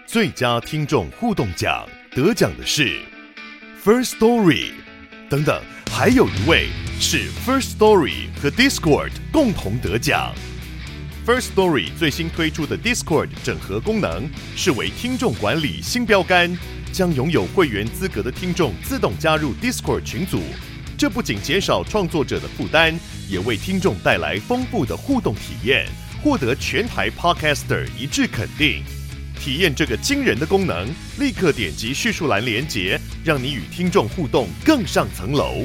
最佳听众互动奖得奖的是 First Story， 等等，还有一位是 First Story 和 Discord 共同得奖。First Story 最新推出的 Discord 整合功能，是为听众管理新标杆，将拥有会员资格的听众自动加入 Discord 群组。这不仅减少创作者的负担，也为听众带来丰富的互动体验，获得全台 Podcaster 一致肯定。体验这个惊人的功能，立刻点击叙述栏连结，让你与听众互动更上层楼。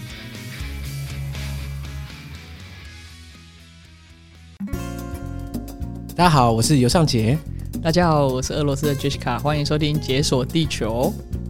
大家好，我是尤尚杰。 大家好，我是俄罗斯的 Jessica， 欢迎收听《解锁地球》。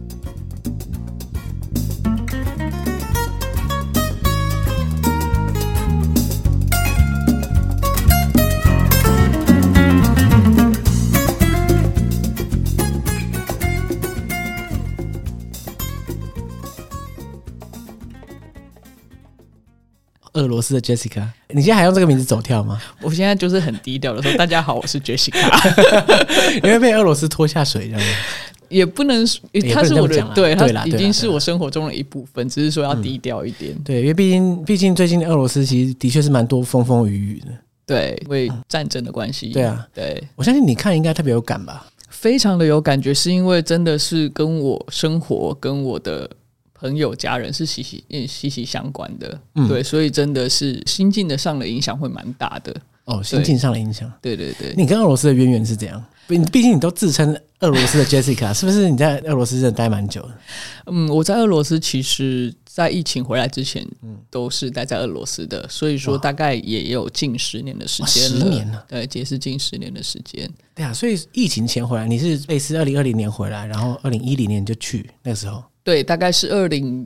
俄罗斯的 Jessica， 你现在还用这个名字走跳吗？ 我现在就是很低调的说，大家好，我是 Jessica。 你会被俄罗斯拖下水，这样吗？ 也不能，他是我的，对，他已经是我生活中的一部分，只是说要低调一点。 对，因为毕竟最近俄罗斯其实的确是蛮多风风雨雨的。 对，因为战争的关系。 对啊， 对， 我相信你看应该特别有感吧？ 非常的有感觉，是因为真的是跟我生活、跟我的朋友、家人是息息相关的。对，所以真的是心境的上的影响会蛮大的。 哦，心境上的影响。 对对对， 你跟俄罗斯的渊源是怎样？毕竟你都自称俄罗斯的 Jessica， 是不是你在俄罗斯真的待蛮久的？ 我在俄罗斯其实在疫情回来之前都是待在俄罗斯的，所以说大概也有近10年的时间了。10年了，对，也是近10年的时间。 对啊，所以疫情前回来，你是类似2020年回来，然后2010年就去那个时候。 对，大概是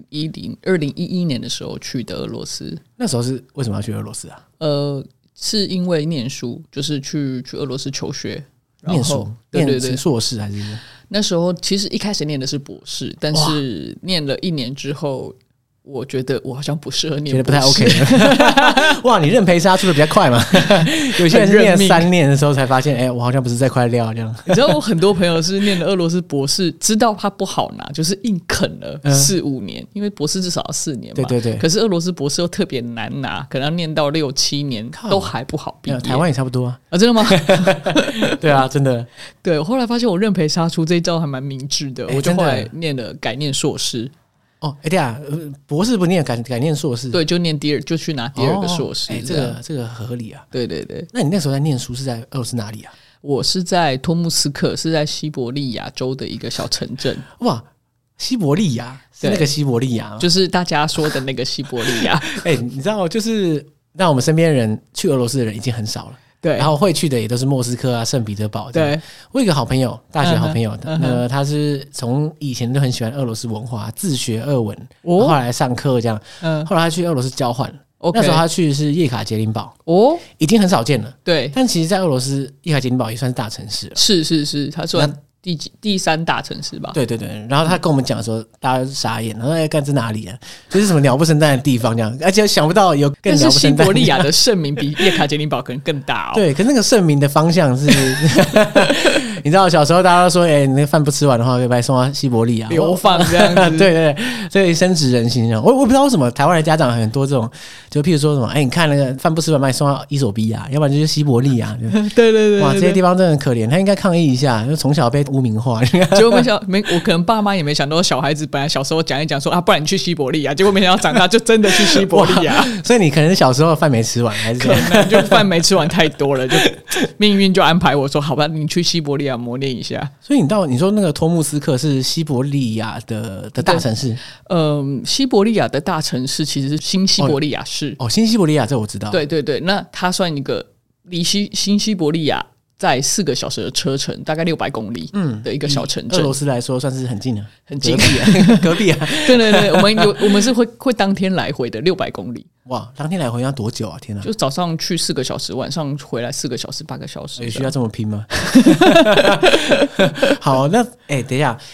2011年的时候去的俄罗斯。 那时候是为什么要去俄罗斯啊？ 是因为念书，就是去俄罗斯求学。 念书，念硕士还是？ 那时候其实一开始念的是博士，但是念了1年之后，我觉得我好像不适合念博士， 觉得不太 OK 了。哇，你认赔杀出的比较快嘛？有些人是念3年的时候才发现，我好像不是这块料这样。 你知道我很多朋友是念了俄罗斯博士，知道他不好拿，就是硬啃了4-5年，因为博士至少要4年嘛。 对对对。 可是俄罗斯博士又特别难拿，可能要念到6-7年都还不好毕业。 台湾也差不多啊。 真的吗？ 对啊，真的。 对，我后来发现我认赔杀出这一招还蛮明智的，我就后来改念硕士。 哦，对啊，博士不念改念硕士， 对，就去拿第2个硕士。 这个合理啊。 对对对。 那你那时候在念书是在俄罗斯哪里啊？ 我是在托木斯克，是在西伯利亚州的一个小城镇。 哇，西伯利亚是那个西伯利亚吗？ 就是大家说的那个西伯利亚。 你知道，就是让我们身边人去俄罗斯的人已经很少了。对，然后会去的也都是莫斯科啊、圣彼得堡。对，我有一个好朋友，大学好朋友，他是从以前就很喜欢俄罗斯文化，自学俄文，后来上课这样。后来他去俄罗斯交换，那时候他去的是叶卡捷琳堡，已经很少见了。对，但其实，在俄罗斯，叶卡捷琳堡也算是大城市了。 是，他算第3大城市吧。 对对对，然后他跟我们讲的时候，大家傻眼，然后干这哪里啊？就是什么鸟不生蛋的地方这样，而且想不到有更鸟不生蛋。 但是西伯利亚的盛名比叶卡捷琳堡可能更大哦。 对，可是那个盛名的方向是，你知道小时候大家都说，你那个饭不吃完的话，可以把你送到西伯利亚流放这样子。 对对对，所以深植人心这样。我不知道为什么台湾的家长很多这种，就譬如说什么，你看那个饭不吃完把你送到伊索比亚，要不然就是西伯利亚。 对对对， 哇，这些地方真的很可怜，他应该抗议一下，就从小被污名化。 结果我可能爸妈也没想到，小孩子本来小时候讲一讲说不然你去西伯利亚，结果没想到长大就真的去西伯利亚。 所以你可能小时候饭没吃完，还是可能就饭没吃完太多了，就命运就安排我说好吧，你去西伯利亚磨练一下。 所以你说那个托木斯克是西伯利亚的大城市？ 西伯利亚的大城市其实是新西伯利亚市。 新西伯利亚这我知道。 对对对，那它算一个离新西伯利亚在4个小时的车程，大概600公里的一个小城镇。 俄罗斯来说算是很近了， 很近， 隔壁啊。 对对对，我们是会当天来回的600公里。 哇，当天来回要多久啊？天哪！ 就早上去4个小时，晚上回来4个小时，8个小时。 也需要这么拼吗？好，那等一下，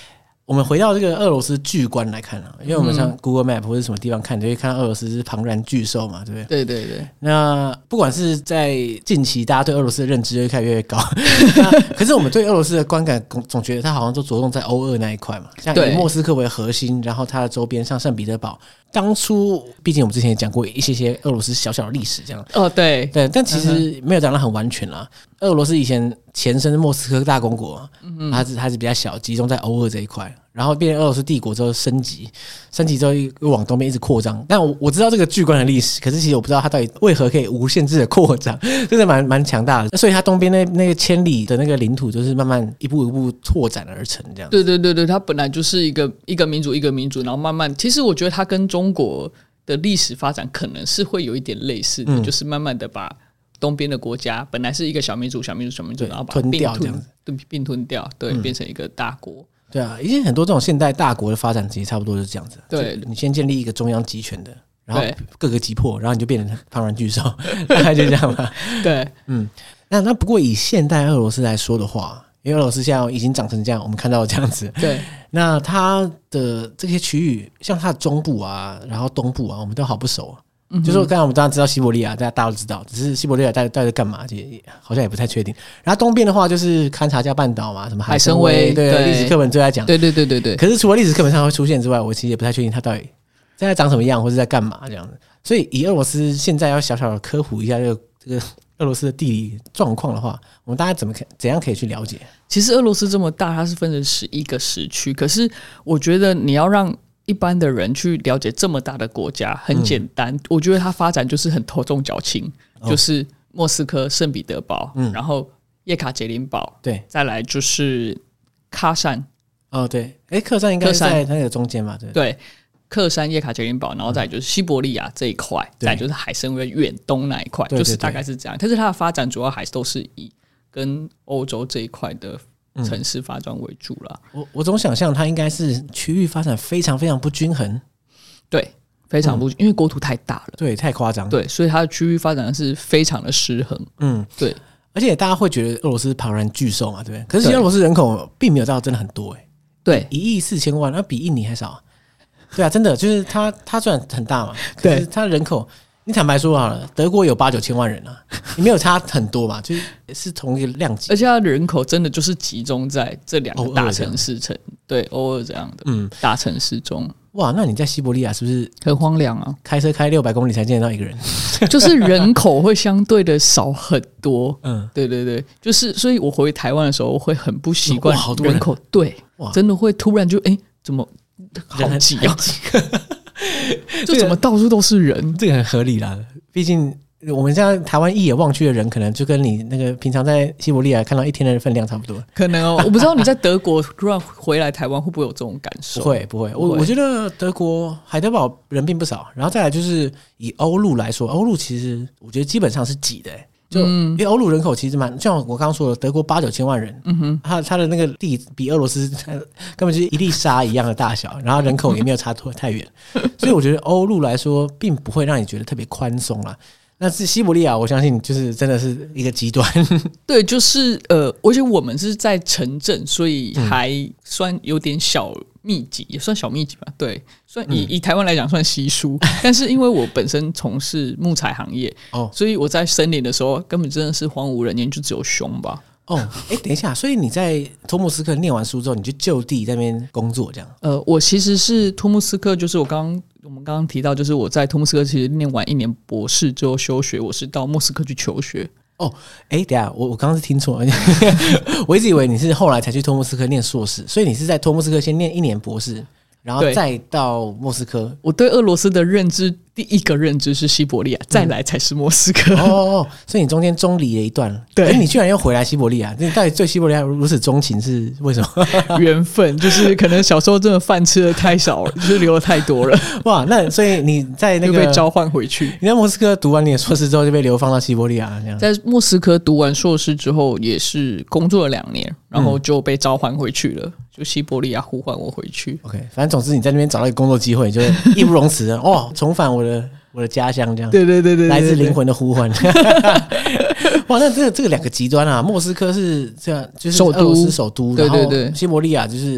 我们回到这个俄罗斯巨观来看因为我们像 Google Map 或者什么地方看，就会看到俄罗斯是庞然巨兽嘛，对不对？ 对对对。 那不管是在近期，大家对俄罗斯的认知就开始越来越高，可是我们对俄罗斯的观感总觉得它好像都着重在欧俄那一块嘛，像以莫斯科为核心，然后它的周边像圣彼得堡。当初毕竟我们之前也讲过一些俄罗斯小小的历史这样对， 但其实没有讲得很完全啦。俄罗斯以前前身是莫斯科大公国嘛，它是比较小，集中在欧俄这一块，然后变成俄罗斯帝国之后升级之后又往东边一直扩张。但我知道这个巨观的历史，可是其实我不知道它到底为何可以无限制的扩张，真的蛮强大的。所以它东边那个千里的那个领土，就是慢慢一步一步拓展而成这样。 对对对对，它本来就是一个民族一个民族，然后慢慢，其实我觉得它跟中国的历史发展可能是会有一点类似的，就是慢慢的把东边的国家本来是一个小民族，然后把它并吞掉，对，变成一个大国。 对啊，已经很多这种现代大国的发展其实差不多是这样子。 对， 你先建立一个中央集权的，然后各个击破，然后你就变成庞然巨兽，大概就这样吧。 对， 那不过以现代俄罗斯来说的话，因为俄罗斯现在已经长成这样，我们看到这样子。 对，那它的这些区域，像它的中部啊，然后东部啊，我们都好不熟就是刚才我们当然知道西伯利亚，大家都知道，只是西伯利亚到底在干嘛，好像也不太确定。然后东边的话就是勘察加半岛嘛，什么海参崴，对，历史课本最爱讲。 对对对对对。 可是除了历史课本上会出现之外，我其实也不太确定它到底在长什么样，或是在干嘛这样子。所以以俄罗斯现在要小小的科普一下这个俄罗斯的地理状况的话，我们大家怎样可以去了解？ 其实俄罗斯这么大，它是分成11个时区，可是我觉得你要让一般的人去了解这么大的国家很简单，我觉得它发展就是很头重脚轻，就是莫斯科、圣彼得堡，然后叶卡捷琳堡， 对， 再来就是喀山。 对，喀山应该是在那个中间嘛， 对，喀山、叶卡捷琳堡，然后再来就是西伯利亚这一块，再来就是海参崴远东那一块，就是大概是这样。但是它的发展主要还是都是以跟欧洲这一块的城市发展为主啦。 我总想象它应该是区域发展非常非常不均衡， 对，非常不均衡，因为国土太大了， 对，太夸张， 对，所以它的区域发展是非常的失衡，对。 而且大家会觉得俄罗斯庞然巨兽嘛，对不对？可是其实俄罗斯人口并没有到真的很多对 ，1.4亿，那比印尼还少。对啊，真的就是它虽然很大嘛，可是它人口，你坦白说好了，德国有8-9千万人啊，你没有差很多嘛，就是同一个量级。 而且它的人口真的就是集中在这2个大城市对，偶尔这样的大城市中。 哇，那你在西伯利亚是不是很荒凉啊？ 开车开600公里才见得到一个人， 就是人口会相对的少很多。对对对，就是所以我回台湾的时候会很不习惯人口，对，真的会突然就怎么好挤啊？就怎么到处都是人？ 这个很合理啦，毕竟我们现在台湾一眼望去的人，可能就跟你那个平常在西伯利亚看到一天的分量差不多。 可能我不知道你在德国突然回来台湾会不会有这种感受？ 不会，我觉得德国海德堡人并不少，然后再来就是以欧陆来说，欧陆其实我觉得基本上是挤的就因为欧陆人口其实像我刚刚说的，德国8-9千万人，他的那个地比俄罗斯根本就是一粒沙一样的大小，然后人口也没有差太远，所以我觉得欧陆来说并不会让你觉得特别宽松啦。那是西伯利亚，我相信就是真的是一个极端。 对，就是而且我们是在城镇，所以还算有点小密集，也算小密集吧。对，算以台湾来讲算稀疏，但是因为我本身从事木材行业，所以我在森林的时候根本真的是荒无人烟，就只有熊吧。 等一下，所以你在托木斯克念完书之后，你就就地在那边工作这样？ 我其实是托木斯克，就是我们刚刚提到，就是我在托木斯克其实念完1年博士之后休学，我是到莫斯科去求学。 等一下，我刚刚是听错了，我一直以为你是后来才去托木斯克念硕士，所以你是在托木斯克先念1年博士，然后再到莫斯科。 我对俄罗斯的认知，第一个认知是西伯利亚，再来才是莫斯科。 所以你中间中离了一段， 对， 你居然又回来西伯利亚，你到底对西伯利亚如此钟情是为什么？ 缘分，就是可能小时候真的饭吃的太少了，就是流的太多了。 哇，那所以你在那个被召唤回去。 你在莫斯科读完你的硕士之后就被流放到西伯利亚，这样。 在莫斯科读完硕士之后，也是工作了2年，然后就被召唤回去了。就西伯利亚呼唤我回去。 OK， 反正总之你在那边找到一个工作机会，就义不容辞重返我的家乡，这样。 对， 来自灵魂的呼唤。哇，那这个2个极端啊，莫斯科是这样，就是俄罗斯首都， 对， 然后西伯利亚就是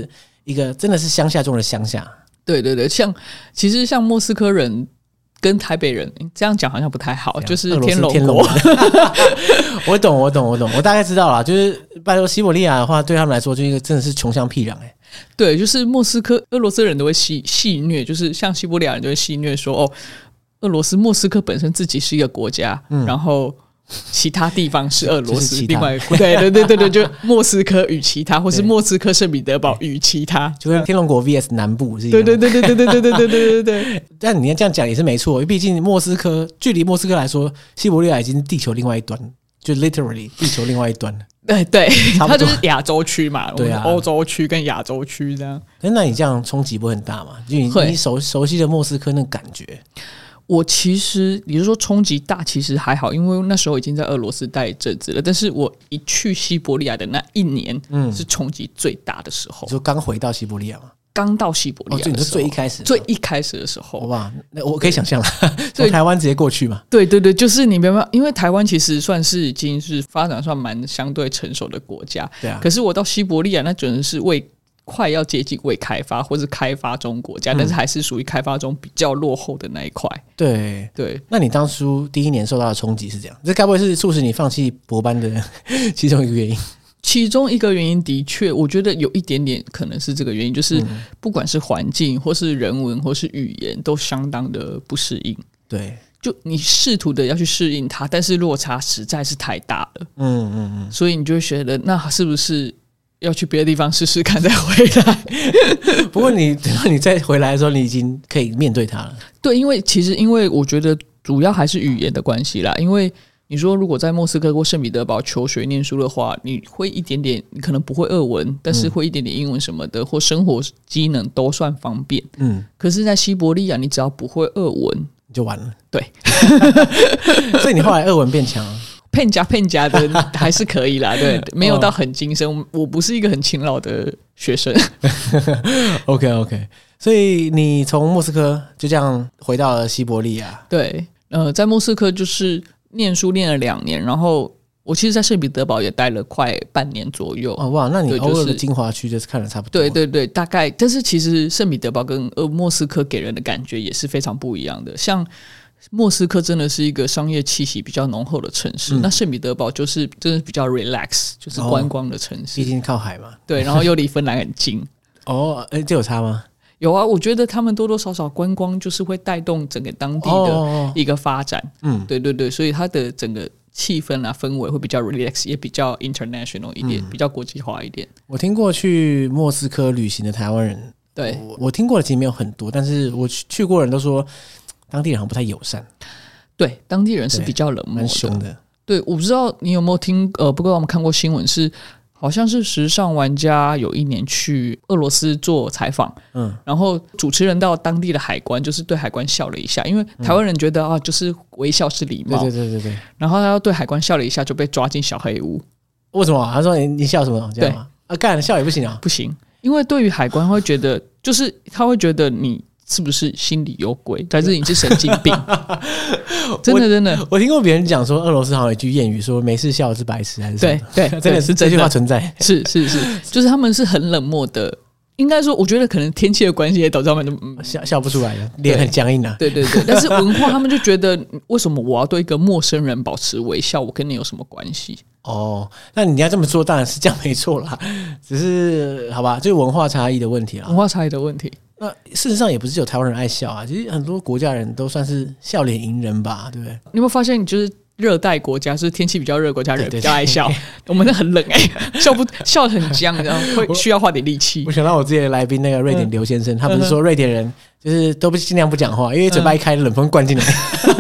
一个真的是乡下中的乡下。 对对对，其实像莫斯科人跟台北人这样讲好像不太好，就是天龙国。 我懂，我大概知道啦。就是拜托西伯利亚的话，对他们来说就一个真的是穷乡僻壤对，就是莫斯科俄罗斯人都会戏谑，就是像西伯利亚人就会戏谑说俄罗斯莫斯科本身自己是一个国家，然后其他地方是俄罗斯另外一个对，就莫斯科与其他，或是莫斯科圣彼得堡与其他， 就跟天龙国 VS 南部是一样的。对。但你要这样讲也是没错，毕竟距离莫斯科来说，西伯利亚已经是地球另外一端，就 literally 地球另外一端了。 对，它就是亚洲区嘛， 对啊， 欧洲区跟亚洲区这样。 那你这样冲击不会很大吗？就你熟悉的莫斯科那个感觉。 我其实你是说冲击大，其实还好，因为那时候已经在俄罗斯待一阵子了。但是我一去西伯利亚的那一年，是冲击最大的时候。 就刚回到西伯利亚吗？ 刚到西伯利亚的时候， 你是最一开始的时候。 哇，那我可以想象了，从台湾直接过去嘛。 对，就是你没办法，因为台湾其实算是已经是发展算蛮相对成熟的国家。 对啊。 可是我到西伯利亚，那准的是快要接近未开发或是开发中国家，但是还是属于开发中比较落后的那一块。 对。那你当初第一年受到的冲击是这样，这该不会是促使你放弃博班的其中一个原因？ 其中一个原因的确，我觉得有一点点可能是这个原因，就是不管是环境或是人文或是语言都相当的不适应。 对， 就你试图的要去适应它，但是落差实在是太大了。所以你就会觉得那是不是要去别的地方试试看再回来？ 不过你再回来的时候，你已经可以面对它了。 对，因为我觉得主要还是语言的关系啦，因为你说如果在莫斯科或圣彼得堡求学念书的话，你会一点点，你可能不会俄文，但是会一点点英文什么的，或生活机能都算方便。可是在西伯利亚，你只要不会俄文你就完了。 对。 所以你后来俄文变强了。 骗假的还是可以啦，对，没有到很精深。我不是一个很勤劳的学生。 OK， 所以你从莫斯科就这样回到了西伯利亚。 对，在莫斯科就是念书念了2年，然后我其实在圣彼得堡也待了快半年左右。 哇，那你偶尔的精华区就是看了差不多。 对，大概。但是其实圣彼得堡跟莫斯科给人的感觉也是非常不一样的。像莫斯科真的是一个商业气息比较浓厚的城市，那圣彼得堡就是真的比较 relax， 就是观光的城市， 毕竟靠海嘛。 对，然后又离芬兰很近。 这有差吗？ 有啊，我觉得他们多多少少观光就是会带动整个当地的一个发展。对，所以它的整个气氛啊氛围会比较 relax， 也比较 international 一点，比较国际化一点。 我听过去莫斯科旅行的台湾人， 对， 我听过的其实没有很多，但是我去过的人都说当地人好像不太友善。 对，当地人是比较冷漠的， 蛮凶的。 对，我不知道你有没有听不过我们看过新闻是。好像是时尚玩家有一年去俄罗斯做采访，然后主持人到当地的海关，就是对海关笑了一下，因为台湾人觉得就是微笑是礼貌， 对， 然后他要对海关笑了一下，就被抓进小黑屋。 为什么？他说你笑什么？这样吗？干笑也不行啊， 不行，因为对于海关会觉得，就是他会觉得你是不是心里有鬼，还是你是神经病？真的， 我听过别人讲说，俄罗斯好像有一句谚语说，没事笑是白痴，还是什么？ 对， 真的是这句话存在。 是，就是他们是很冷漠的。应该说，我觉得可能天气的关系也导致他们笑不出来了，脸很僵硬啊。 对，但是文化他们就觉得，为什么我要对一个陌生人保持微笑？我跟你有什么关系？ 那你要这么说，当然是这样没错啦。只是好吧，就是文化差异的问题啦。 文化差异的问题。 那事实上也不是只有台湾人爱笑啊，其实很多国家人都算是笑脸迎人吧，对不对？ 你有没有发现，就是热带国家，就是天气比较热的国家，人比较爱笑。我们那很冷笑得很僵，然后会需要花点力气。 我想到我之前的来宾那个瑞典刘先生，他不是说瑞典人就是都尽量不讲话，因为嘴巴一开，冷风灌进来。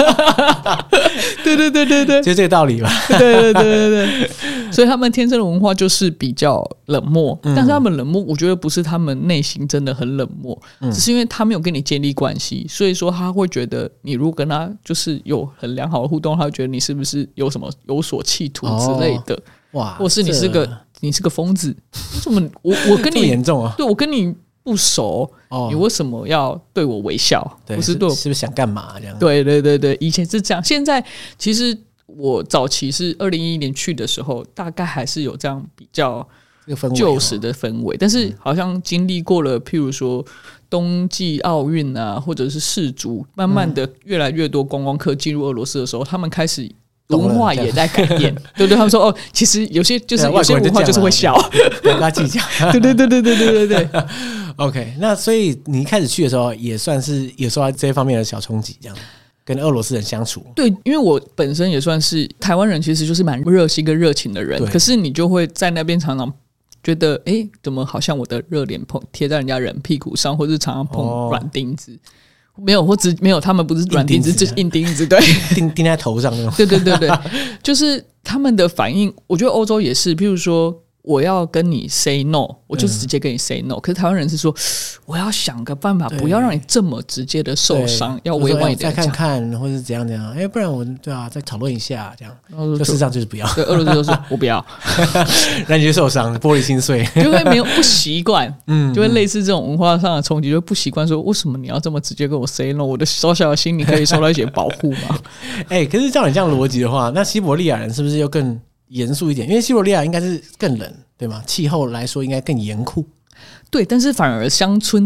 对，就是这个道理吧。 对，所以他们天生的文化就是比较冷漠，但是他们冷漠，我觉得不是他们内心真的很冷漠，只是因为他没有跟你建立关系，所以说他会觉得你如果跟他就是有很良好的互动，他会觉得你是不是有什么有所企图之类的，或是你是个疯子？为什么我跟你这么严重啊？ 对，我跟你不熟，你为什么要对我微笑？不是对我， 是不是想干嘛这样？ 对，以前是这样，现在其实我早期是2011年去的时候，大概还是有这样比较旧时的氛围，但是好像经历过了，譬如说冬季奥运啊，或者是世足，慢慢的越来越多观光客进入俄罗斯的时候，他们开始文化也在改变，对对，他们说哦，其实有些就是有些文化就是会笑， 不要计较， 对对对对对对对对。 OK， 那所以你一开始去的时候，也算是有受到这方面的小冲击，这样跟俄罗斯人相处。 对，因为我本身也算是台湾人，其实就是蛮热心跟热情的人，可是你就会在那边常常觉得，哎，怎么好像我的热脸贴在人家人屁股上，或是常常碰软钉子。没有，没有，他们不是软钉子，就是硬钉子，对， 钉在头上那种。 对对对对，就是他们的反应，我觉得欧洲也是，譬如说我要跟你 say no， 我就直接跟你 say no。可是台湾人是说，我要想个办法，不要让你这么直接的受伤，要委婉一点， 再看看，或者是怎样怎样。不然我对啊，再讨论一下，这样。就事实上就是不要。 对，俄罗斯就说我不要， 那你就受伤，玻璃心碎， 就会没有不习惯，就会类似这种文化上的冲击，就不习惯说为什么你要这么直接跟我 say no？ 我的小小的心里可以受到一些保护吗？ 可是照你这样逻辑的话，那西伯利亚人是不是又更严肃一点？因为西伯利亚应该是更冷，对吗？气候来说应该更严酷。 对，但是反而乡村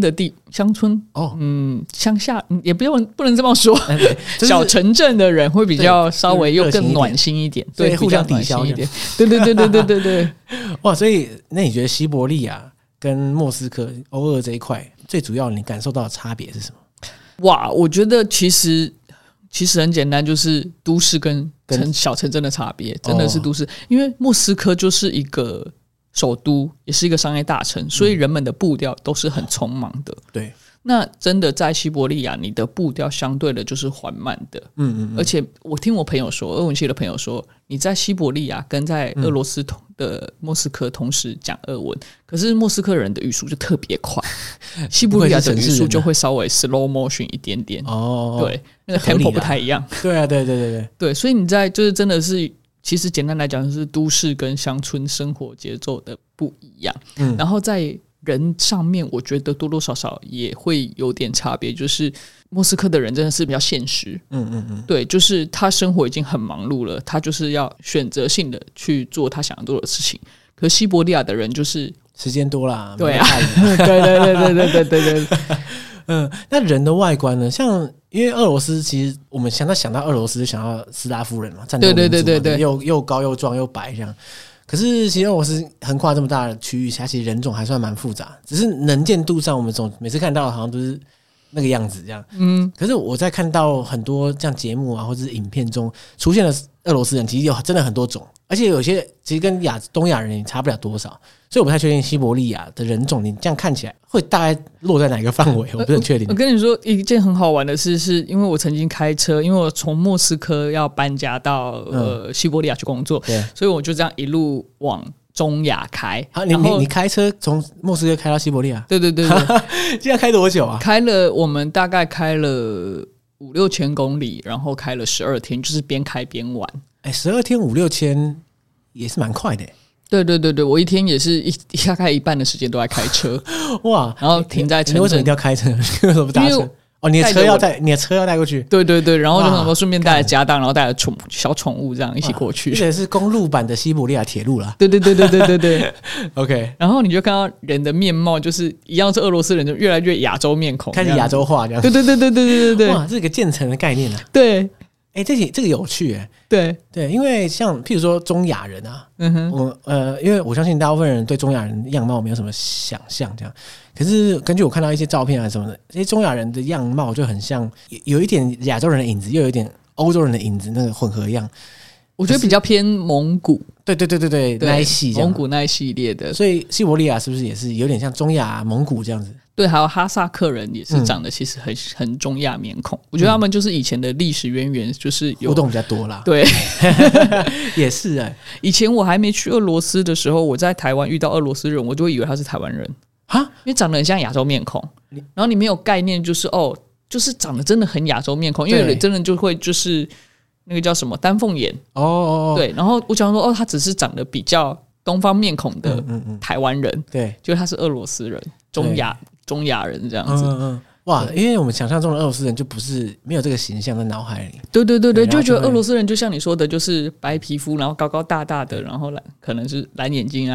乡下也不能这么说，小城镇的人会比较稍微又更暖心一点，对， 互相抵消一点，对对对对对对对。 哇，所以那你觉得西伯利亚跟莫斯科、欧俄这一块最主要你感受到的差别是什么？ 哇，我觉得其实很简单，就是都市跟小城镇的差别，真的是都市，因为莫斯科就是一个首都，也是一个商业大城，所以人们的步调都是很匆忙的。 对， 那真的在西伯利亚，你的步调相对的就是缓慢的。而且我听我朋友说，俄文系的朋友说，你在西伯利亚跟在俄罗斯的莫斯科同时讲俄文，可是莫斯科人的语速就特别快，西伯利亚的语速就会稍微 slow motion 一点点。对，那个 tempo 不太一样。 对啊，对对对对对，所以你在就是真的是。其实简单来讲，就是都市跟乡村生活节奏的不一样。然后在人上面，我觉得多多少少也会有点差别。就是莫斯科的人真的是比较现实，对，就是他生活已经很忙碌了，他就是要选择性的去做他想要做的事情。可是西伯利亚的人就是时间多啦， 对啊，对对对对对对对对。 那人的外观呢？像因为俄罗斯，其实我们想到俄罗斯就想到斯拉夫人嘛，战斗民族嘛，对对对对对，又高又壮又白这样。可是其实俄罗斯横跨这么大的区域，它其实人种还算蛮复杂，只是能见度上，我们每次看到好像都是那个样子这样。可是我在看到很多这样节目啊，或者是影片中出现的俄罗斯人，其实有真的很多种，而且有些其实跟东亚人也差不了多少，所以我不太确定西伯利亚的人种，你这样看起来会大概落在哪个范围，我不是很确定。 我跟你说一件很好玩的事，是因为我曾经开车，因为我从莫斯科要搬家到西伯利亚去工作，所以我就这样一路往中亚开。 你开车从莫斯科开到西伯利亚？ 对对对对。 这样开多久啊？ 我们大概开了5-6千公里，然后开了12天，就是边开边玩。 12天5-6千也是蛮快的。 对对对对，我一天也是大概一半的时间都在开车。哇！然后停在城镇。 你为什么一定要开车？你为什么不搭车？你的车要带过去。 对对对，然后就想说顺便带了家当，然后带了小宠物这样一起过去。 这也是公路版的西伯利亚铁路啦。 对对对对对对对。 OK， 然后你就看到人的面貌，就是一样是俄罗斯人，就越来越亚洲面孔， 开始亚洲化这样。 对对对对对对对。 哇，这是个渐层的概念啊。 对。 这个有趣对对，因为像譬如说中亚人啊，因为我相信大部分人对中亚人样貌没有什么想象这样，可是根据我看到一些照片啊什么的，这些中亚人的样貌就很像有一点亚洲人的影子，又有一点欧洲人的影子，那个混合样。 我觉得比较偏蒙古， 对对对对对，那一系蒙古那一系列的， 所以西伯利亚是不是也是有点像中亚蒙古这样子？ 对，还有哈萨克人也是长得其实很中亚面孔，我觉得他们就是以前的历史渊源，就是互动比较多啦。 对， 也是以前我还没去俄罗斯的时候，我在台湾遇到俄罗斯人，我就会以为他是台湾人啊，因为长得很像亚洲面孔，然后你没有概念，就是就是长得真的很亚洲面孔，因为真的就会就是那个叫什么丹凤眼对，然后我想说他只是长得比较东方面孔的台湾人， 对， 就他是俄罗斯人，中亚人这样子。 哇，因为我们想象中的俄罗斯人就不是没有这个形象在脑海里。 对对对对，就觉得俄罗斯人就像你说的，就是白皮肤，然后高高大大的，然后可能是蓝眼睛啊，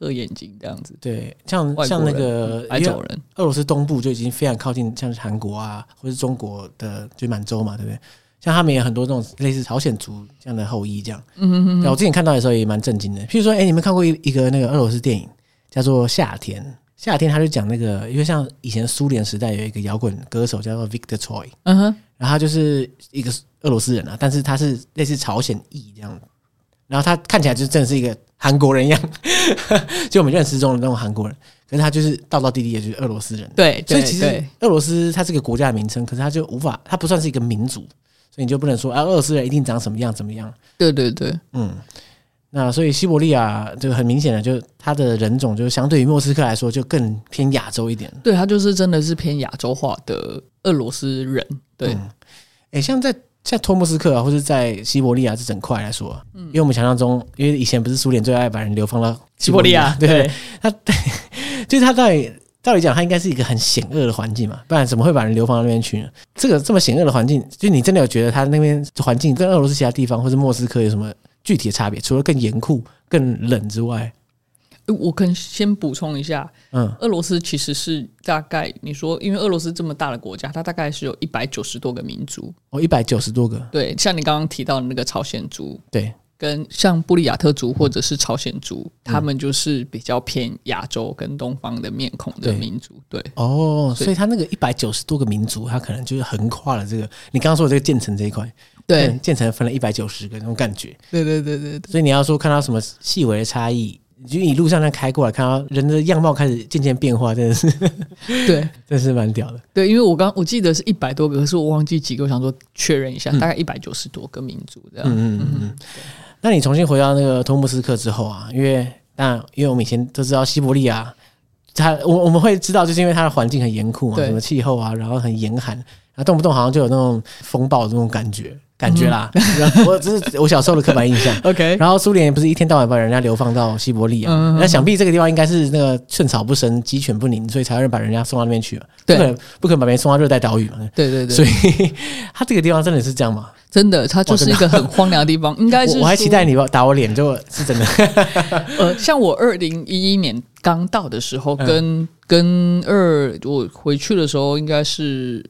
合眼睛这样子。 对，像那个白种人， 俄罗斯东部就已经非常靠近，像是韩国啊，或是中国的就满洲嘛，对不对？像他们也有很多这种类似朝鲜族这样的后裔，这样。对，我之前看到的时候也蛮震惊的。譬如说，你们看过一个那个俄罗斯电影叫做《夏天》？夏天他就讲那个，因为像以前苏联时代有一个摇滚歌手叫做 Victor Tsoi，然后他就是一个俄罗斯人啊，但是他是类似朝鲜裔这样，然后他看起来就真的是一个韩国人一样，就我们认识中的那种韩国人，可是他就是道道地地的就是俄罗斯人。 对， 所以其实俄罗斯它是个国家的名称，可是它就无法，它不算是一个民族，所以你就不能说俄罗斯人一定长什么样怎么样。 对对对， 那所以西伯利亚就很明显的，就它的人种就相对于莫斯科来说就更偏亚洲一点。 对，它就是真的是偏亚洲化的俄罗斯人。对， 像托木斯克啊，或者在西伯利亚这整块来说，因为我们想象中，因为以前不是苏联最爱把人流放到西伯利亚，对，就是他到底讲，它应该是一个很险恶的环境嘛，不然怎么会把人流放到那边去呢？这么险恶的环境，就你真的有觉得它那边环境跟俄罗斯其他地方或是莫斯科有什么具体的差别？除了更严酷、更冷之外， 我可能先补充一下，俄罗斯其实是大概你说，因为俄罗斯这么大的国家，它大概是有190多个民族 190多个， 对，像你刚刚提到的那个朝鲜族， 对。 跟像布里亚特族或者是朝鲜族，他们就是比较偏亚洲跟东方的面孔的民族。对， 所以他那个190多个民族，他可能就是横跨了这个你刚刚说的这个建成这一块。 对， 建成分了190个那种感觉。 对对对对， 所以你要说看到什么细微的差异，你就一路上开过来，看到人的样貌开始渐渐变化，真的是对， 真是蛮屌的。 对，因为我记得是100多个，可是我忘记几个，我想说确认一下，大概190多个民族这样。 那你重新回到那个托木斯克之后啊，因为我们以前都知道西伯利亚，我们会知道，就是因为它的环境很严酷嘛，什么气候啊，然后很严寒，然后动不动好像就有那种风暴的那种感觉啦。这是我小时候的刻板印象。OK， 然后苏联也不是一天到晚把人家流放到西伯利亚，那想必这个地方应该是那个寸草不生、鸡犬不宁，所以才会把人家送到那边去嘛。对，不可能把别人送到热带岛屿嘛。对对对，所以它这个地方真的是这样吗？ 真的，它就是一个很荒凉的地方，应该是。 我还期待你打我脸，就是真的。 像我2011年刚到的时候，我回去的时候，应该是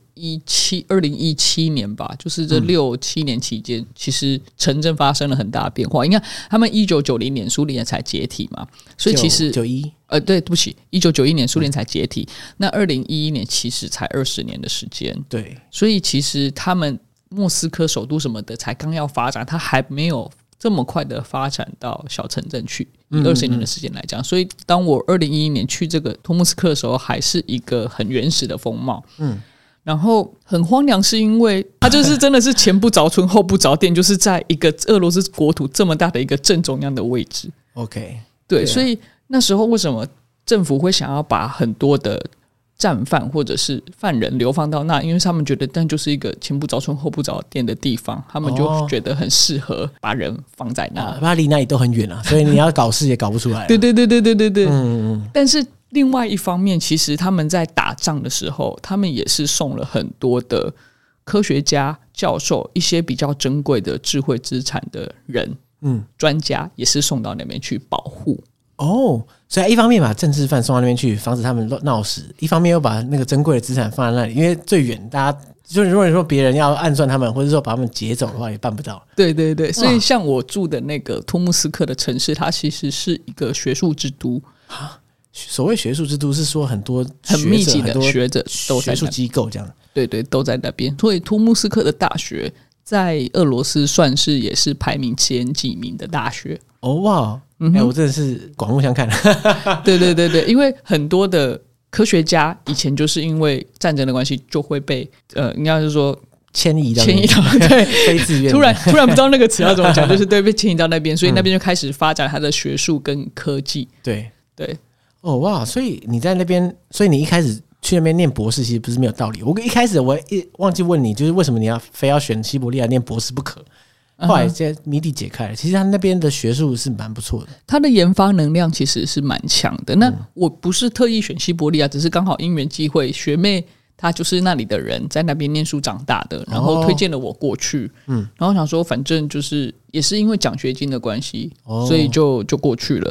2017年吧，就是这6-7年期间，其实城镇发生了很大的变化。你看，他们1990年苏联才解体嘛，所以其实对不起，1991年苏联才解体，那2011年其实才20年的时间。对，所以其实他们莫斯科首都什么的才刚要发展，它还没有这么快的发展到小城镇去。以20年的时间来讲，所以当我2011年去这个托木斯克的时候，还是一个很原始的风貌。然后很荒凉，是因为它就是真的是前不着村后不着店，就是在一个俄罗斯国土这么大的一个正中央的位置。OK， 对，所以那时候为什么政府会想要把很多的战犯或者是犯人流放到那，因为他们觉得那就是一个前不着村后不着店的地方，他们就觉得很适合把人放在那。 它离那里都很远啊，所以你要搞事也搞不出来。 对对对对对对对。但是另外一方面，其实他们在打仗的时候，他们也是送了很多的科学家、教授，一些比较珍贵的智慧资产的人，专家也是送到那边去保护。 所以一方面把政治犯送到那边去，防止他们闹事；一方面又把那个珍贵的资产放在那里，因为最远，大家就如果说别人要暗算他们，或者说把他们劫走的话，也办不到。对对对， 所以像我住的那个托木斯克的城市，它其实是一个学术之都。 所谓学术之都是说很多很密集的学者都在学术机构这样。对对，都在那边。所以托木斯克的大学在俄罗斯算是也是排名前几名的大学。 哇！我真的是刮目相看。 对对对对，因为很多的科学家以前就是因为战争的关系，就会被应该是说迁移到对， 非自愿。 突然不知道那个词要怎么讲，就是对，被迁移到那边，所以那边就开始发展他的学术跟科技。对对。 哇！所以你在那边，所以你一开始去那边念博士，其实不是没有道理。我一开始我忘记问你，就是为什么你非要选西伯利亚念博士不可？后来这谜底解开了，其实他那边的学术是蛮不错的， 他的研发能量其实是蛮强的。那我不是特意选西伯利亚，只是刚好因缘际会，学妹她就是那里的人，在那边念书长大的，然后推荐了我过去。然后想说反正就是也是因为奖学金的关系，所以就过去了。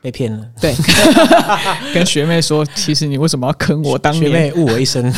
被骗了。 对，跟学妹说，其实你为什么要坑我？当年学妹误我一生。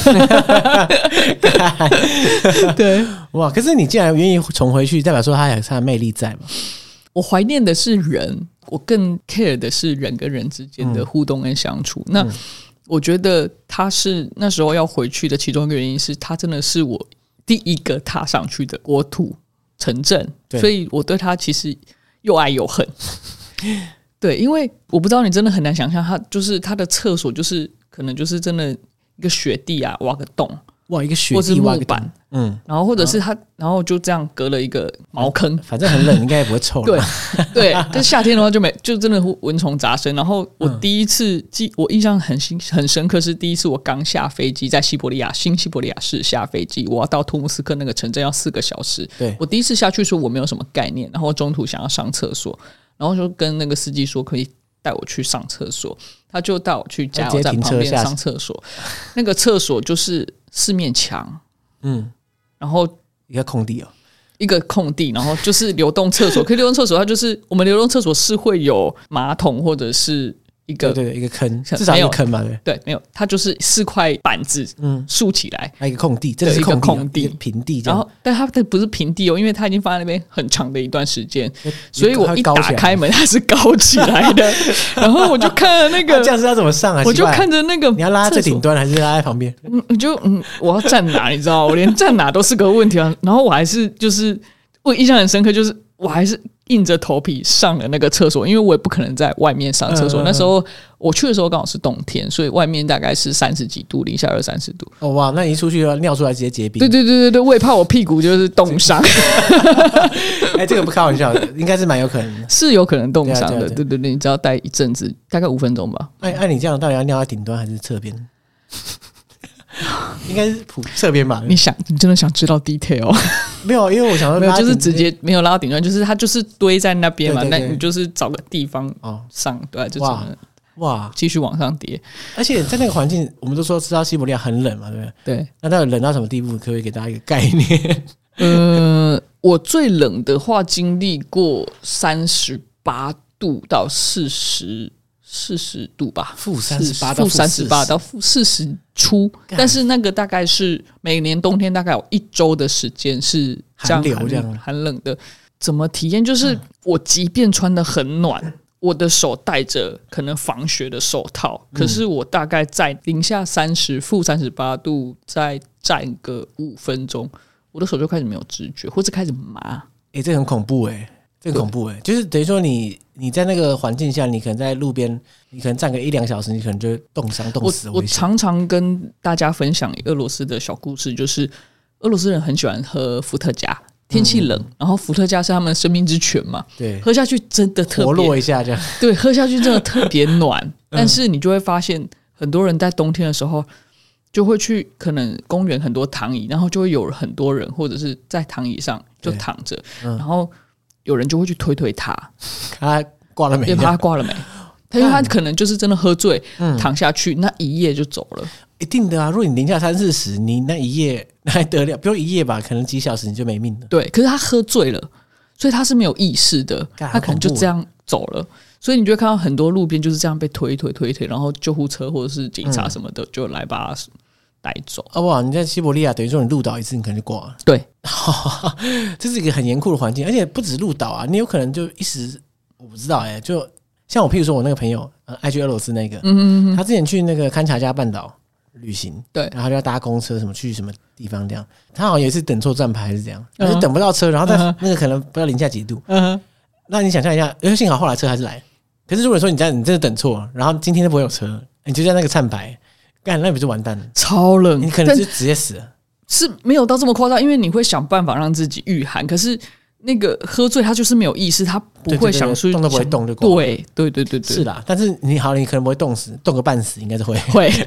对， 哇！可是你既然愿意重回去，代表说他有他的魅力在嘛？ 我怀念的是人，我更 care 的是人跟人之间的互动跟相处。那我觉得他是那时候要回去的其中一个原因是，他真的是我第一个踏上去的国土城镇，所以我对他其实又爱又恨。对，因为我不知道你真的很难想象，他就是他的厕所就是可能就是真的一个雪地啊，挖个洞。 哇，一个雪地挖个洞， 然后或者是他，然后就这样隔了一个茅坑， 反正很冷，应该也不会臭了。 对，但夏天的话就真的蚊虫杂生。然后我第一次我印象很深刻，是第一次我刚下飞机，在新西伯利亚市下飞机，我要到图姆斯克那个城镇要4个小时。 对， 我第一次下去说我没有什么概念，然后中途想要上厕所，然后就跟那个司机说可以带我去上厕所，他就带我去加油站旁边上厕所。那个厕所就是4面墙，然后一个空地一个空地，然后就是流动厕所。可以流动厕所，它就是我们流动厕所是会有马桶或者是一个一个坑，至少一个坑嘛， 对，没有，它就是4块板子竖起来， 一个空地，这是一个空地，平地这样。 然后，但它不是平地因为它已经放在那边很长的一段时间，所以我一打开门，它是高起来的。然后我就看了那个， 这样是要怎么上啊？ 我就看着那个， 你要拉在最顶端还是拉在旁边？ 我要站哪？你知道，我连站哪都是个问题啊。然后我还是就是我印象很深刻，就是我还是硬着头皮上了那个厕所，因为我也不可能在外面上厕所。那时候我去的时候刚好是冬天，所以外面大概是30几度，零下20-30度。 哦哇，那你一出去尿出来直接结冰。 对，我也怕我屁股就是冻伤。 这个不开玩笑的，应该是蛮有可能的， 是有可能冻伤的。对，你只要待一阵子，大概5分钟吧。 你这样到底要尿在顶端还是侧边？应该是侧边吧。 你真的想知道 detail？ 没有，因为我想说， 没有，就是直接没有拉到顶端，就是它就是堆在那边嘛。那你就是找个地方上，对，就哇，继续往上叠。 而且在那个环境，我们都说知道西伯利亚很冷嘛，对不对？对。那到底冷到什么地步？可不可以给大家一个概念？ 我最冷的话经历过38度到40度吧， 负38 到负40出，但是那个大概是每年冬天大概有1周的时间是这样寒冷的。怎么体验？就是我即便穿得很暖，我的手戴着可能防雪的手套，可是我大概在零下30、负38度再站个5分钟，我的手就开始没有知觉，或者开始麻。 这很恐怖这很恐怖就是等于说你在那个环境下，你可能在路边，你可能站个1-2个小时，你可能就冻死。 我常常跟大家分享俄罗斯的小故事，就是俄罗斯人很喜欢喝伏特加，天气冷，然后伏特加是他们的生命之泉嘛，对，喝下去真的特别活络一下这样， 对，喝下去真的特别暖。但是你就会发现，很多人在冬天的时候就会去可能公园很多躺椅，然后就会有很多人或者是在躺椅上就躺着，然后有人就会去推他， 他挂了没？ 对，他挂了没？因为他可能就是真的喝醉，躺下去那一夜就走了。 一定的啊！如果你零下30-40，你那一夜那还得了？不用一夜吧，可能几小时你就没命了。 对，可是他喝醉了，所以他是没有意识的，他可能就这样走了。所以你就会看到很多路边就是这样被推，然后救护车或者是警察什么的就来把他带走。 哇！你在西伯利亚等于说你路倒一次，你可能就挂了。 对， 这是一个很严酷的环境，而且不止路倒啊，你有可能就一时我不知道就像我譬如说我那个朋友爱去俄罗斯那个，他之前去那个勘察加半岛旅行，对，然后就要搭公车什么去什么地方这样，他好像也是等错站牌还是这样，就等不到车，然后在那个可能不知道零下几度，那你想象一下，因为幸好后来车还是来，可是如果说你真的等错，然后今天都不会有车，你就在那个站牌，干那不就完蛋了？ 超冷， 你可能就直接死了。 是没有到这么夸张，因为你会想办法让自己御寒，可是那个喝醉他就是没有意识，他不会想出动都不会动就挂。 对，是啦。但是你可能不会冻死，冻个半死应该是会。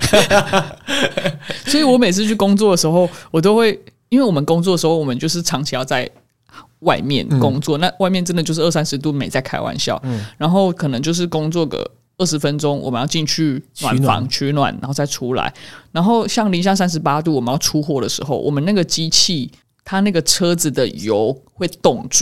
所以我每次去工作的时候，我都会，因为我们工作的时候，我们就是长期要在外面工作，那外面真的就是20-30度，没在开玩笑。然后可能就是工作个20分钟，我们要进去暖房取暖，然后再出来。然后像零下38度，我们要出货的时候，我们那个机器它那个车子的油会冻住，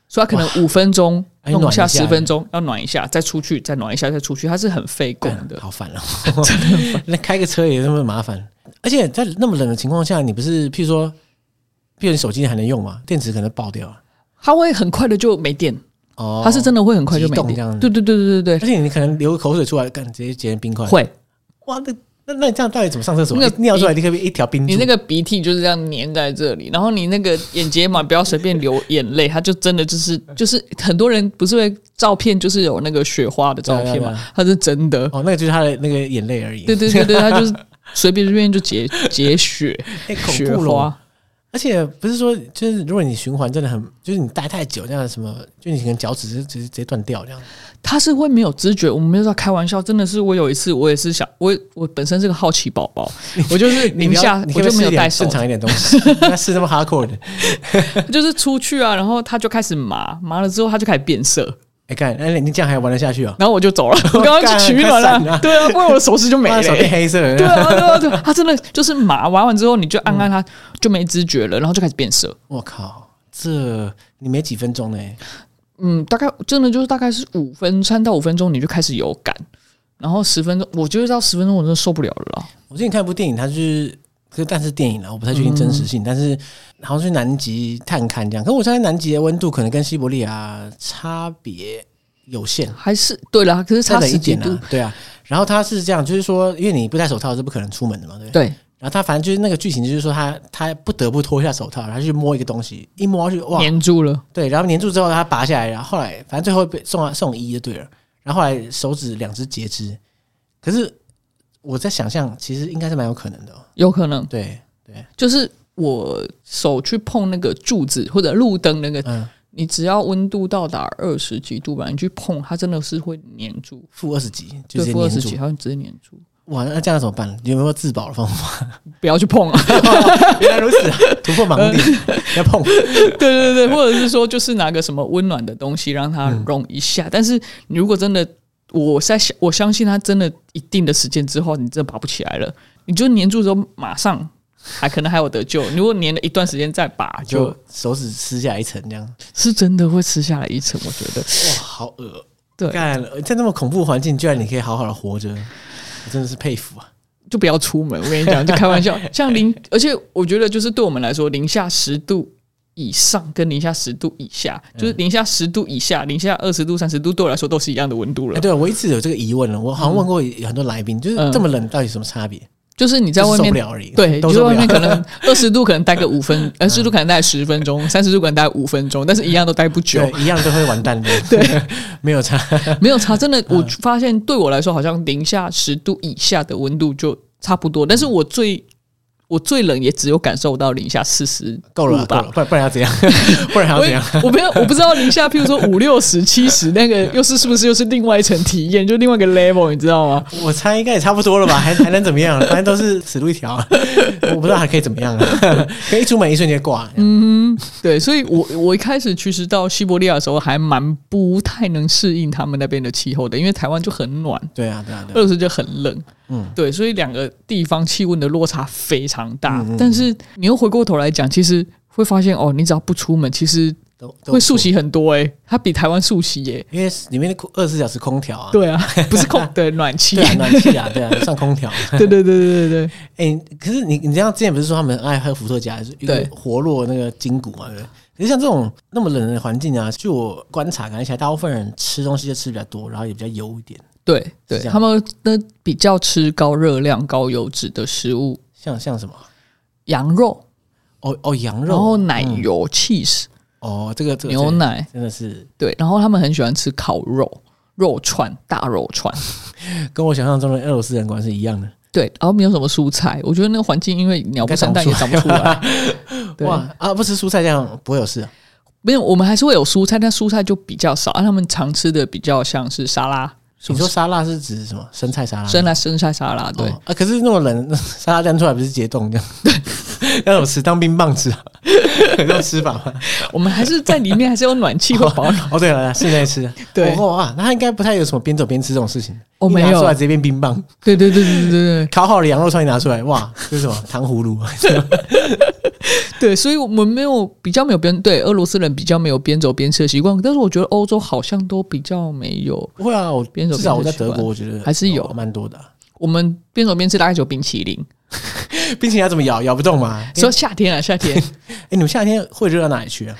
所以它可能5分钟弄下10分钟，要暖一下，再出去，再暖一下，再出去，它是很费工的。 好烦哦，真的很烦。那开个车也那么麻烦，而且在那么冷的情况下，你不是譬如你手机还能用吗？电池可能爆掉， 它会很快的就没电。它是真的会很快就没电，对， 而且你可能流个口水出来，直接结成冰块。 会， 哇，那你这样到底怎么上厕所？尿出来立刻一条冰柱。 你那个鼻涕就是这样粘在这里，然后你那个眼睫毛不要随便流眼泪，它就真的就是很多人不是会照片就是有那个雪花的照片嘛，它是真的。 那个就是他的那个眼泪而已。 对，它就是随便就结雪雪花。 而且不是说，就是如果你循环真的很，就是你待太久这样什么，就你可能脚趾直接断掉这样。 他是会没有知觉，我们没有在开玩笑，真的是我有一次我也是想，我本身是个好奇宝宝，我就是宁夏我就没有带手正常一点东西，那是那么 hardcore 的， 就是出去啊，然后他就开始麻了之后他就开始变色。 看，你这样还玩得下去啊？ 然后我就走了，我刚刚去取暖了，对啊，不然我的手势就没了， 手变黑色了。 对啊，他真的就是麻完之后，你就按它就没知觉了，然后就开始变色。 我靠，这你没几分钟呢？ 大概真的就是大概是3到5分钟你就开始有感，然后10分钟，我觉得到10分钟我真的受不了了啦。 我之前看一部电影，它但是电影啦，我不太确定真实性，但是好像去南极探勘这样。可是我相信南极的温度可能跟西伯利亚差别有限， 还是对啦，可是差10几度， 对啊。然后他是这样，就是说，因为你不戴手套是不可能出门的嘛，对。然后他反正就是那个剧情，就是说他不得不脱下手套，然后去摸一个东西，一摸去哇， 粘住了。对， 然后粘住之后他拔下来，然后后来反正最后被送医就对了。然后后来手指2只截肢，可是我在想象，其实应该是蛮有可能的。 有可能， 对， 就是我手去碰那个柱子或者路灯那个，你只要温度到达20几度吧，你去碰它，真的是会粘住。 -20几，就直接粘住，-20几，它会直接粘住。 哇，那这样怎么办？有没有自保的方法？ 不要去碰啊！ 原来如此，突破盲点，不要碰。 对，或者是说，就是拿个什么温暖的东西让它融一下。但是你如果真的，我相信它真的一定的时间之后，你真的拔不起来了。你就粘住之后，马上可能还有得救。如果粘了一段时间再拔，就手指吃下一层，这样是真的会吃下来一层。我觉得哇，好恶。 对， 在那么恐怖的环境，居然你可以好好的活着。我真的是佩服啊！ 就不要出门，我跟你讲，就开玩笑。像而且我觉得就是对我们来说，零下10度以上跟零下10度以下，就是零下10度以下，零下20度、30度，对我来说都是一样的温度了。 对，我一直有这个疑问了，我好像问过很多来宾，就是这么冷到底有什么差别？ 就是你在外面受不了而已， 对，你在外面可能20度可能待个10度可能待10分钟，30度可能待5分钟，但是一样都待不久， 对，一样都会完蛋的。 对， 没有差， 没有差，真的，我发现对我来说，好像零下10度以下的温度就差不多，但是我最冷也只有感受到零下40 够了吧？不然要怎样？不然还要怎样？ 我不知道零下，譬如说50、60、70，那个是不是又是另外一层体验，就另外一个 level， 你知道吗？ 我猜应该也差不多了吧，还能怎么样？反正都是死路一条，我不知道还可以怎么样啊？可以一出门一瞬间挂。 对，所以我一开始其实到西伯利亚的时候，还蛮不太能适应他们那边的气候的，因为台湾就很暖， 对啊， 俄罗斯就很冷。对，所以两个地方气温的落差非常大，但是你又回过头来讲，其实会发现你只要不出门，其实会速洗很多它比台湾速洗耶， 因为里面的24小时空调啊， 对啊，不是对暖气， 对啊，暖气啊，对啊，上空调， 对， 可是你这样之前不是说他们爱喝伏特加，一个活络那个筋骨嘛，对不对？可是像这种那么冷的环境啊，据我观察，感觉起来大部分人吃东西就吃比较多，然后也比较油一点。 对，他们比较吃高热量、高油脂的食物， 像什么羊肉， 羊肉， 然后奶油、cheese， 这个牛奶， 真的是对。然后他们很喜欢吃烤肉、肉串、大肉串， 跟我想象中的俄罗斯人果然是一样的。 对，然后没有什么蔬菜，我觉得那个环境因为鸟不生蛋也长不出来。 哇不吃蔬菜这样不会有事啊？ 没有，我们还是会有蔬菜，但蔬菜就比较少。他们常吃的比较像是沙拉。 你说沙拉是指什么？生菜沙拉？ 生菜沙拉，对。 可是那么冷，沙拉端出来不是结冻这样？要怎么吃？当冰棒吃啊？有这种吃法吗？ 我们还是在里面还是有暖气会保暖。 对了，室内吃。 对那他应该不太有什么边走边吃这种事情。 没有， 拿出来直接变冰棒。 对， 烤好的羊肉串一拿出来，哇，这是什么糖葫芦？ 对，所以我们比较没有对俄罗斯人比较没有边走边吃的习惯，但是我觉得欧洲好像都比较没有。 不会啊， 边走边吃， 至少我在德国，我觉得还是有蛮多的我们边走边吃大概只有冰淇淋， 冰淇淋要怎么咬不动嘛？ 说夏天啊，夏天， 你们夏天会热到哪里去啊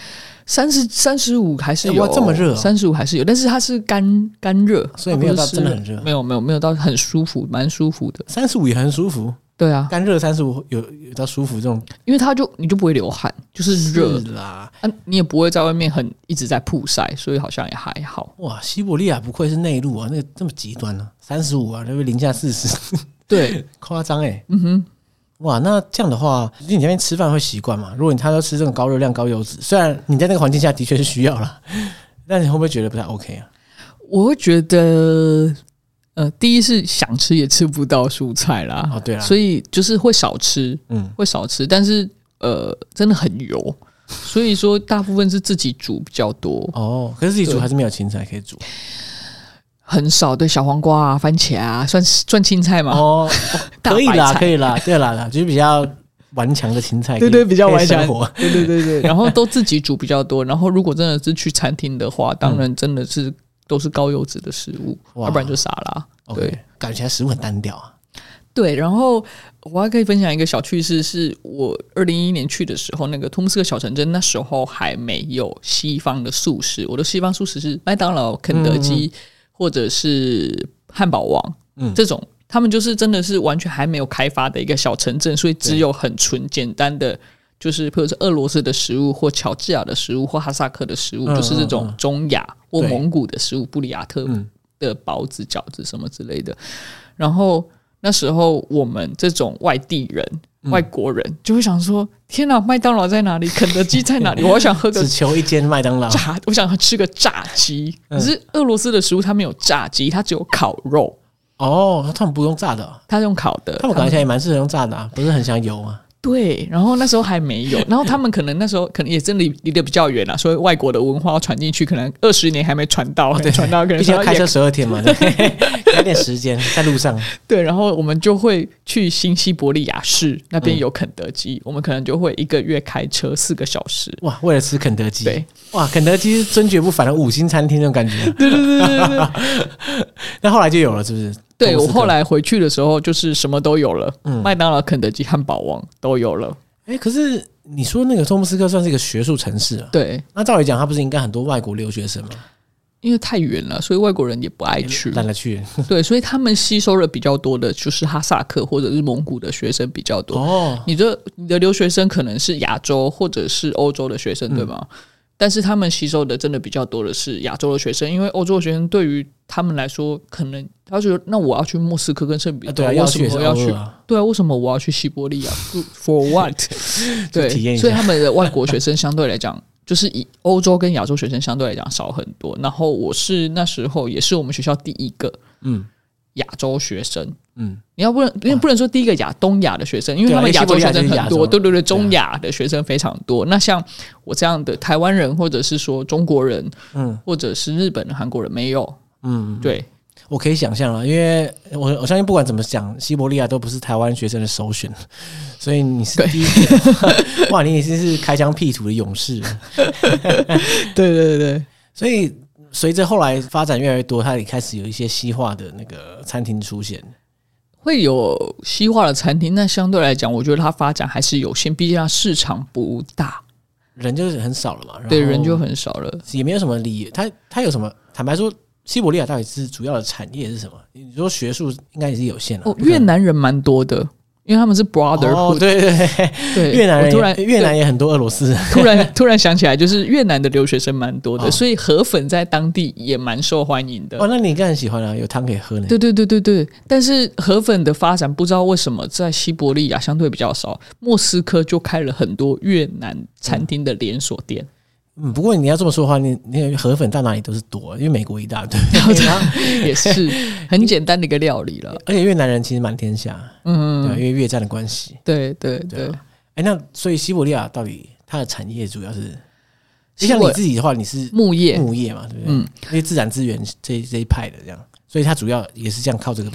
？35还是有， 哇，这么热 ，35还是有，但是它是干热， 所以没有到真的很热， 没有到很舒服，蛮舒服的。 35也很舒服。 对啊， 干热35有到舒服这种， 因为你就不会流汗，就是热啦。 你也不会在外面一直在曝晒，所以好像也还好。 哇，西伯利亚不愧是内陆啊，那个这么极端啊，35啊，那边零下40， 对， 夸张欸。哇，那这样的话，你那边吃饭会习惯吗？如果他都吃这种高热量、高油脂，虽然你在那个环境下的确是需要啦，但你会不会觉得不太 OK 啊？ 我会觉得。第一是想吃也吃不到蔬菜啦， 对啦， 所以就是会少吃，会少吃，但是真的很油，所以说大部分是自己煮比较多。 可是自己煮还是没有青菜可以煮， 很少。对，小黄瓜啊、番茄啊，算青菜吗？ 可以啦，可以啦，对啦，就是比较顽强的青菜， 对，比较顽强，对，然后都自己煮比较多。然后如果真的是去餐厅的话，当然真的是。都是高油脂的食物，要不然就沙拉。对， 感觉起来食物很单调啊。 对，然后我还可以分享一个小趣事，是我2011年去的时候，那个托木斯克小城镇那时候还没有西方的速食，我的西方速食是麦当劳、肯德基或者是汉堡王，这种他们就是真的是完全还没有开发的一个小城镇，所以只有很纯简单的。就是比如说俄罗斯的食物或乔治亚的食物或哈萨克的食物，就是这种中亚或蒙古的食物，布里亚特的包子、饺子什么之类的。然后那时候我们这种外地人、外国人就会想说：天哪，麦当劳在哪里？肯德基在哪里？我想喝个只求一间麦当劳我想吃个炸鸡。可是俄罗斯的食物它没有炸鸡，它只有烤肉。 他们不用炸的， 它用烤的。 他们感觉起来也蛮适合用炸的啊，不是很想油啊。 对，然后那时候还没有，然后他们可能那时候可能也真的离得比较远啦，所以外国的文化要传进去，可能20年还没传到，传到可能毕竟要开车12天嘛，有点时间在路上。 对，然后我们就会去新西伯利亚市那边有肯德基，我们可能就会1个月开车4个小时， 哇，为了吃肯德基。 对， 哇，肯德基是尊爵不凡的5星餐厅那种感觉。 对。 那后来就有了，是不是？ 对，我后来回去的时候，就是什么都有了，麦当劳、肯德基、汉堡王都有了。 可是你说那个托木斯克算是一个学术城市啊？ 对， 那照理讲，它不是应该很多外国留学生吗？ 因为太远了，所以外国人也不爱去， 懒得去。 对，所以他们吸收了比较多的，就是哈萨克或者是蒙古的学生比较多。你的留学生可能是亚洲或者是欧洲的学生，对吗？但是他们吸收的真的比较多的是亚洲的学生，因为欧洲的学生对于他们来说，可能他觉得那我要去莫斯科跟圣彼得堡，为什么要去？对啊，为什么我要去西伯利亚 ？For what？ 对，所以他们的外国学生相对来讲，就是以欧洲跟亚洲学生相对来讲少很多。然后我是那时候也是我们学校第一个亚洲学生。你要不能说第一个东亚的学生，因为他们亚洲学生很多，对，中亚的学生非常多。那像我这样的台湾人，或者是说中国人，或者是日本人、韩国人没有，对， 我可以想象了，因为我相信不管怎么讲，西伯利亚都不是台湾学生的首选，所以你是第一个，哇，你已经是开疆辟土的勇士了。 对， 所以随着后来发展越来越多，它也开始有一些西化的那个餐厅出现。 会有西化的餐厅，但相对来讲，我觉得它发展还是有限，毕竟它市场不大， 人就是很少了嘛。 对，人就很少了， 也没有什么理由。它有什么？坦白说，西伯利亚到底是主要的产业是什么？你说学术应该也是有限的。 越南人蛮多的。因为他们是 brotherhood， 对，越南也很多俄罗斯人。 突然想起来，就是越南的留学生蛮多的，所以河粉在当地也蛮受欢迎的。 那你应该很喜欢啊，有汤可以喝呢。 对。但是河粉的发展不知道为什么在西伯利亚相对比较少，莫斯科就开了很多越南餐厅的连锁店。 不过你要这么说的话，你河粉到哪里都是多，因为美国一大堆， 也是很简单的一个料理了。 而且越南人其实满天下，对，因为越战的关系。 对。 那所以西伯利亚到底它的产业主要是，像你自己的话，你是木业嘛，对不对？因为自然资源这一派的这样，所以它主要也是这样靠这个嘛。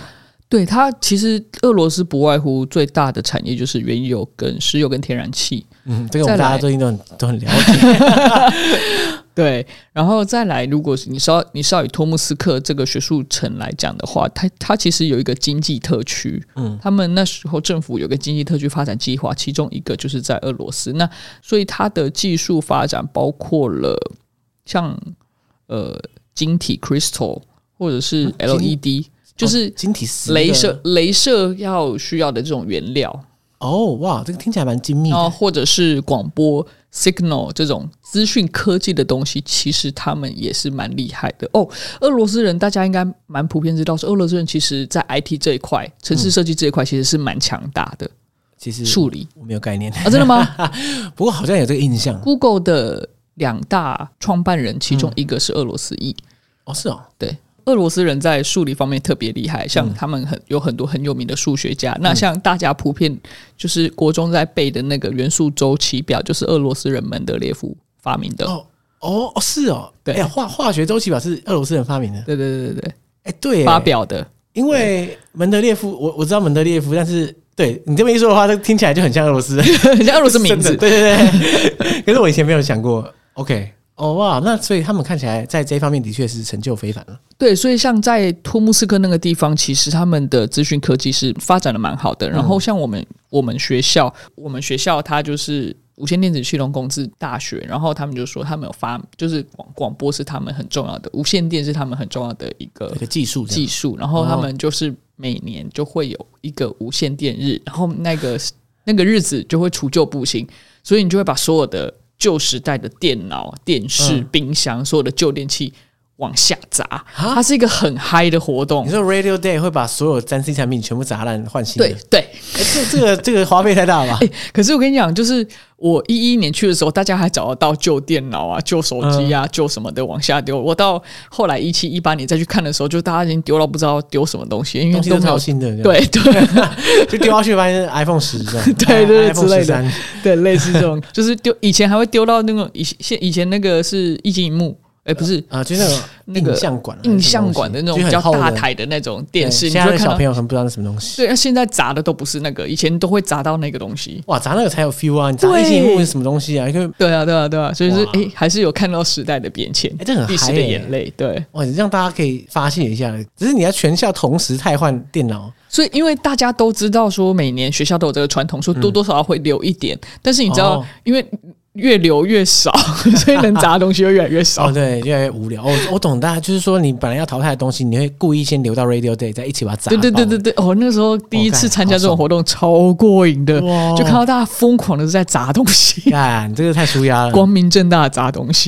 对，它其实俄罗斯不外乎最大的产业就是原油跟石油跟天然气。 这个我们大家最近都很了解。 对，然后再来，如果你是要以托木斯克这个学术城来讲的话，它其实有一个经济特区，他们那时候政府有个经济特区发展计划，其中一个就是在俄罗斯。那所以它的技术发展包括了像晶体 crystal 或者是 LED，就是晶体雷射需要的这种原料。 哇，这个听起来蛮精密的。 或者是广播 signal 这种资讯科技的东西，其实他们也是蛮厉害的。俄罗斯人大家应该蛮普遍知道，是俄罗斯人其实在 IT 这一块、城市设计这一块其实是蛮强大的。 其实数理我没有概念真的吗？ 不过好像有这个印象。 Google 的2大创办人，其中一个是俄罗斯裔。 是哦， 对。俄罗斯人在数理方面特别厉害，像他们有很多很有名的数学家。那像大家普遍就是国中在背的那个元素周期表，就是俄罗斯人门德列夫发明的。 是哦， 对， 化学周期表是俄罗斯人发明的。 对， 对， 发表的。因为门德列夫，我知道门德列夫，但是对你这么一说的话，这听起来就很像俄罗斯人， 很像俄罗斯名字。 对。可是我以前没有想过。OK。哇，那所以他们看起来在这一方面的确是成就非凡了。 对，所以像在托木斯克那个地方，其实他们的资讯科技是发展的蛮好的。然后像我们学校它就是无线电子系统工资大学，然后他们就说他们有就是广播是他们很重要的，无线电是他们很重要的一个技术，然后他们就是每年就会有一个无线电日，然后那个日子就会除旧布新，所以你就会把所有的旧时代的电脑、电视、冰箱，所有的旧电器往下砸，它是一个很嗨的活动。 你说 Radio Day 会把所有3C 产品全部砸烂换新的？ 对， 这个花费太大了吧？ 可是我跟你讲，就是我11年去的时候，大家还找得到旧电脑啊、旧手机啊、旧什么的往下丢。我到后来17、18年再去看的时候，就大家已经丢到不知道丢什么东西，因为都没有新的。 对， 就丢下去发现 iPhone 10这样， 对之类的，对，类似这种，就是以前还会丢到那种以前那个是液晶萤幕。不是就是那个映像管的那种比较大台的那种电视， 现在的小朋友可能不知道那什么东西。 对，现在砸的都不是那个，以前都会砸到那个东西。 哇，砸那个才有 feel 啊！你砸液晶萤幕是什么东西啊？ 对啊，所以是还是有看到时代的变迁， 这很历史的眼泪。对， 哇，让大家可以发现一下。只是你要全校同时汰换电脑， 所以因为大家都知道说每年学校都有这个传统，说多多少少会留一点，但是你知道，因为越留越少，所以能砸的东西就越来越少。 对，越来越无聊。我懂，大家就是说，你本来要淘汰的东西，你会故意先留到 Radio Day， 再一起把它砸爆。 对。那时候第一次参加这种活动，超过瘾的，就看到大家疯狂的在砸东西。 这个太舒压了， 光明正大的砸东西。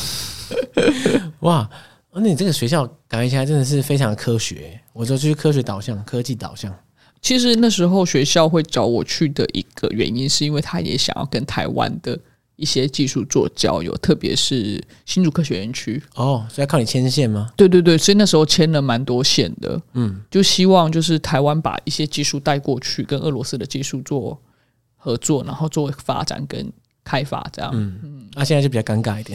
哇，那你这个学校感觉起来真的是非常科学。我说就是科学导向、科技导向。 其实那时候学校会找我去的一个原因，是因为他也想要跟台湾的一些技术做交流，特别是新竹科学园区。 所以要靠你牵线吗？ 对，所以那时候牵了蛮多线的。就希望就是台湾把一些技术带过去，跟俄罗斯的技术做合作，然后做发展跟开发这样。 现在就比较尴尬一点。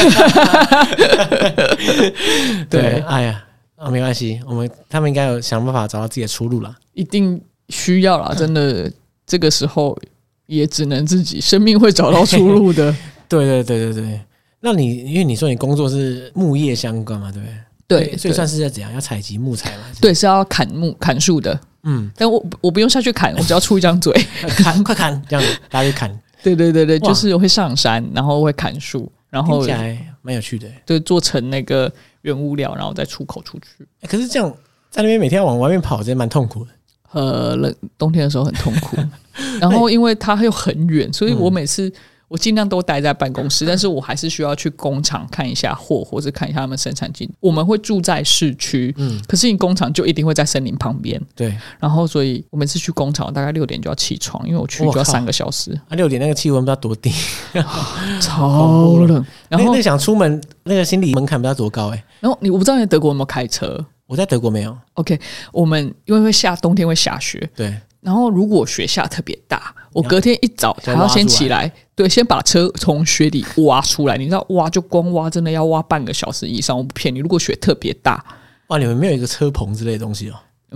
对，没关系，他们应该有想办法找到自己的出路啦。 一定需要啦，真的，这个时候也只能自己生命会找到出路的。 对。那因为你说你工作是木业相关嘛，对不对？对，所以算是在怎样要采集木材嘛？ 对，是要砍树的。但我不用下去砍，我只要出一张嘴， 快砍，这样子大家就砍。 对，就是会上山，然后会砍树，然后听起来蛮有趣的。 对，做成那个原物料，然后再出口出去。 可是这样在那边每天往外面跑，真的蛮痛苦的。 冬天的时候很痛苦，然后因为它又很远，所以我每次我尽量都待在办公室，但是我还是需要去工厂看一下货，或者看一下他们生产经。我们会住在市区，可是你工厂就一定会在森林旁边。对，然后所以我每次去工厂大概6点就要起床，因为我去就要3个小时。6 点那个气温不知道多低， 超冷。然后那想出门那个心理门槛不知道多高然后我不知道你在德国有没有开车？ 我在德国没有。 OK， 我们因为冬天会下雪，对。然后如果雪下特别大，我隔天一早还要先起来，对，先把车从雪里挖出来。你知道挖就光挖真的要挖半个小时以上，我不骗你。如果雪特别大， 哇，你们没有一个车棚之类的东西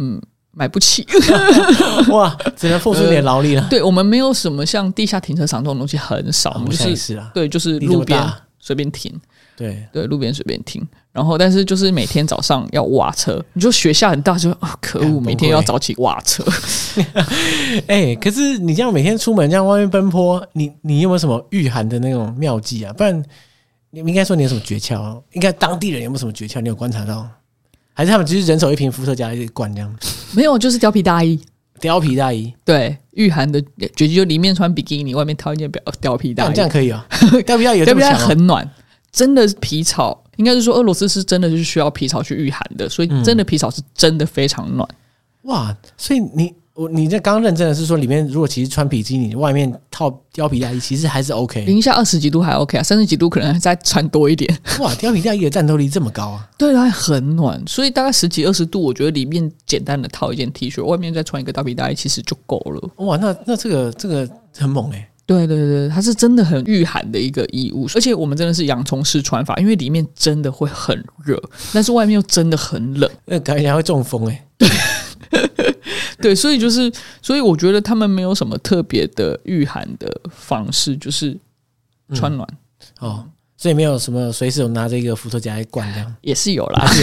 买不起。 哇，只能付出点劳力了。 对，我们没有什么像地下停车场这种东西很少，我们就是对，就是路边随便停。 对， 路边随便停，然后但是就是每天早上要挖车，你就学校很大，就可恶，每天要早起挖车。 可是你这样每天出门这样外面奔波，你有没有什么御寒的那种妙计啊？不然你应该说你有什么诀窍？应该当地人有没有什么诀窍？你有观察到？还是他们只是人手一瓶伏特加一罐这样？ 没有，就是貂皮大衣。 貂皮大衣， 对，御寒的绝技就里面穿比基尼，外面套一件貂皮大衣， 这样可以啊？貂皮大衣有这么强？貂皮大衣很暖，真的皮草，应该是说俄罗斯是真的就是需要皮草去御寒的，所以真的皮草是真的非常暖。 哇，所以你这刚认真的是说，里面如果其实穿比基尼，外面套貂皮大衣，其实还是 OK。 零下20几度还 OK 啊，30几度可能再穿多一点。 哇，貂皮大衣的战斗力这么高啊！ 对，它很暖，所以大概10几20度，我觉得里面简单的套一件 T 恤，外面再穿一个貂皮大衣，其实就够了。 哇，那这个很猛对对对，它是真的很御寒的一个衣物，而且我们真的是洋葱式穿法，因为里面真的会很热，但是外面又真的很冷， 感觉还会中风对。对，所以我觉得他们没有什么特别的御寒的方式，就是穿暖。 所以没有什么随时有拿着一个伏特加来灌这样， 也是有啦。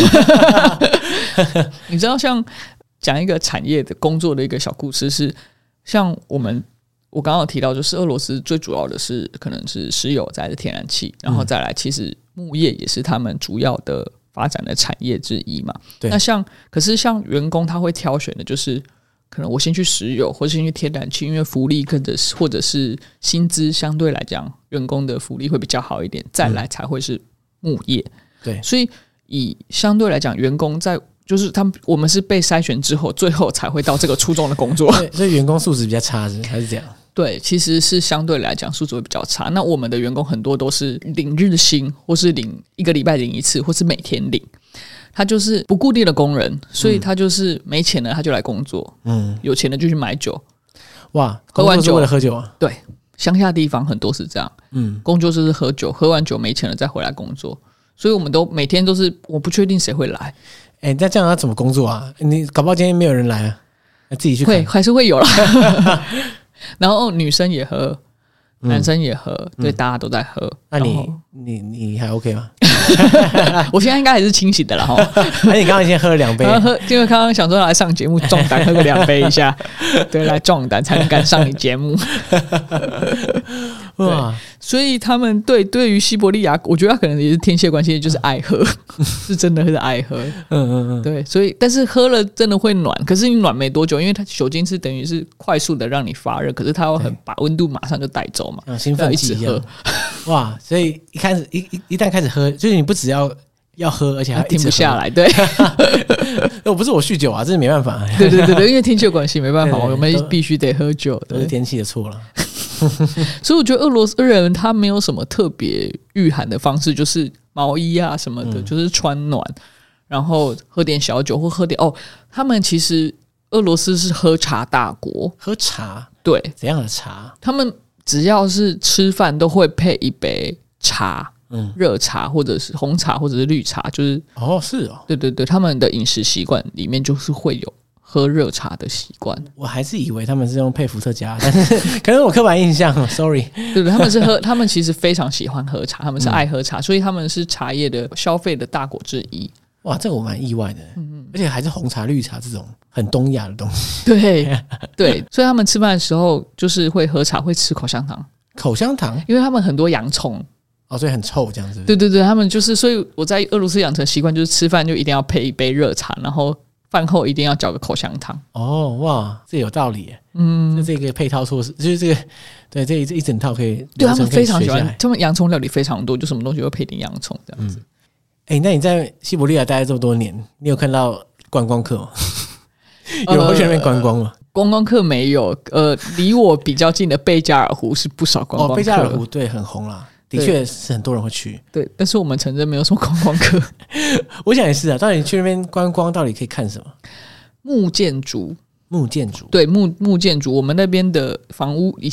你知道，像讲一个产业的工作的一个小故事是，像我刚刚有提到，就是俄罗斯最主要的是可能是石油，再来是天然气，然后再来其实木业也是他们主要的发展的产业之一嘛。 对。 可是像员工他会挑选的就是可能我先去石油或者先去天然气，因为福利或者是薪资相对来讲员工的福利会比较好一点，再来才会是木业。 对， 所以以相对来讲员工在就是我们是被筛选之后最后才会到这个出众的工作。 所以员工素质比较差还是这样？ 对，其实是相对来讲素质会比较差。那我们的员工很多都是领日薪，或是领一个礼拜领一次，或是每天领。他就是不固定的工人，所以他就是没钱了他就来工作，有钱了就去买酒。 哇，喝完酒为了喝酒啊？ 对，乡下地方很多是这样，工作就是喝酒，喝完酒没钱了再回来工作。所以我们都每天都是，我不确定谁会来。 那这样要怎么工作啊？你搞不好今天没有人来啊，自己去看。 还是会有啦。然后女生也喝，男生也喝，对，大家都在喝。 那你还 OK 吗？ 我现在应该还是清醒的啦齁。 那你刚刚先喝了2杯， 因为刚刚想说来上节目壮胆，喝个2杯一下，对，来壮胆才能敢上你节目。哇！所以他们对于西伯利亚，我觉得他可能也是天蝎关系，就是爱喝，是真的是爱喝。对，所以但是喝了真的会暖，可是你暖没多久，因为它酒精是等于是快速的让你发热，可是它要把温度马上就带走嘛， 兴奋剂一样。哇！所以一旦开始喝，就是你不只要喝，而且还停不下来。对， 不是我酗酒啊，这是没办法。 对，因为天气的关系没办法，我们必须得喝酒， 都是天气的错了。 所以我觉得俄罗斯人他没有什么特别御寒的方式，就是毛衣啊什么的，就是穿暖，然后喝点小酒或喝点他们其实俄罗斯是喝茶大国， 喝茶，对，怎样的茶？ 他们只要是吃饭都会配一杯茶，热茶或者是红茶或者是绿茶，就是对，他们的饮食习惯里面就是会有喝热茶的习惯。 我还是以为他们是用配伏特加，但是可能我刻板印象，sorry。 对，他们其实非常喜欢喝茶，他们是爱喝茶，所以他们是茶叶的消费的大国之一。 哇，这个我蛮意外的，而且还是红茶、绿茶这种很东亚的东西。 对，所以他们吃饭的时候就是会喝茶，会吃口香糖。 口香糖， 因为他们很多洋葱。 所以很臭这样子。 对，他们就是，所以我在俄罗斯养成习惯，就是吃饭就一定要配一杯热茶，然后饭后一定要嚼个口香糖。 哇，这有道理耶。这个配套措施，就是这个，对，这一整套可以。 对，他们非常喜欢，他们洋葱料理非常多，就什么东西会配点洋葱这样子。 那你在西伯利亚待了这么多年，你有看到观光客吗？有人会去那边观光吗？ 观光客没有，离我比较近的贝加尔湖是不少观光客。 贝加尔湖对很红啦。的确是很多人会去， 对，但是我们城镇没有什么观光客。 我想也是啊，到底去那边观光到底可以看什么？ 木建筑， 木建筑， 对，木建筑。我们那边的房屋以前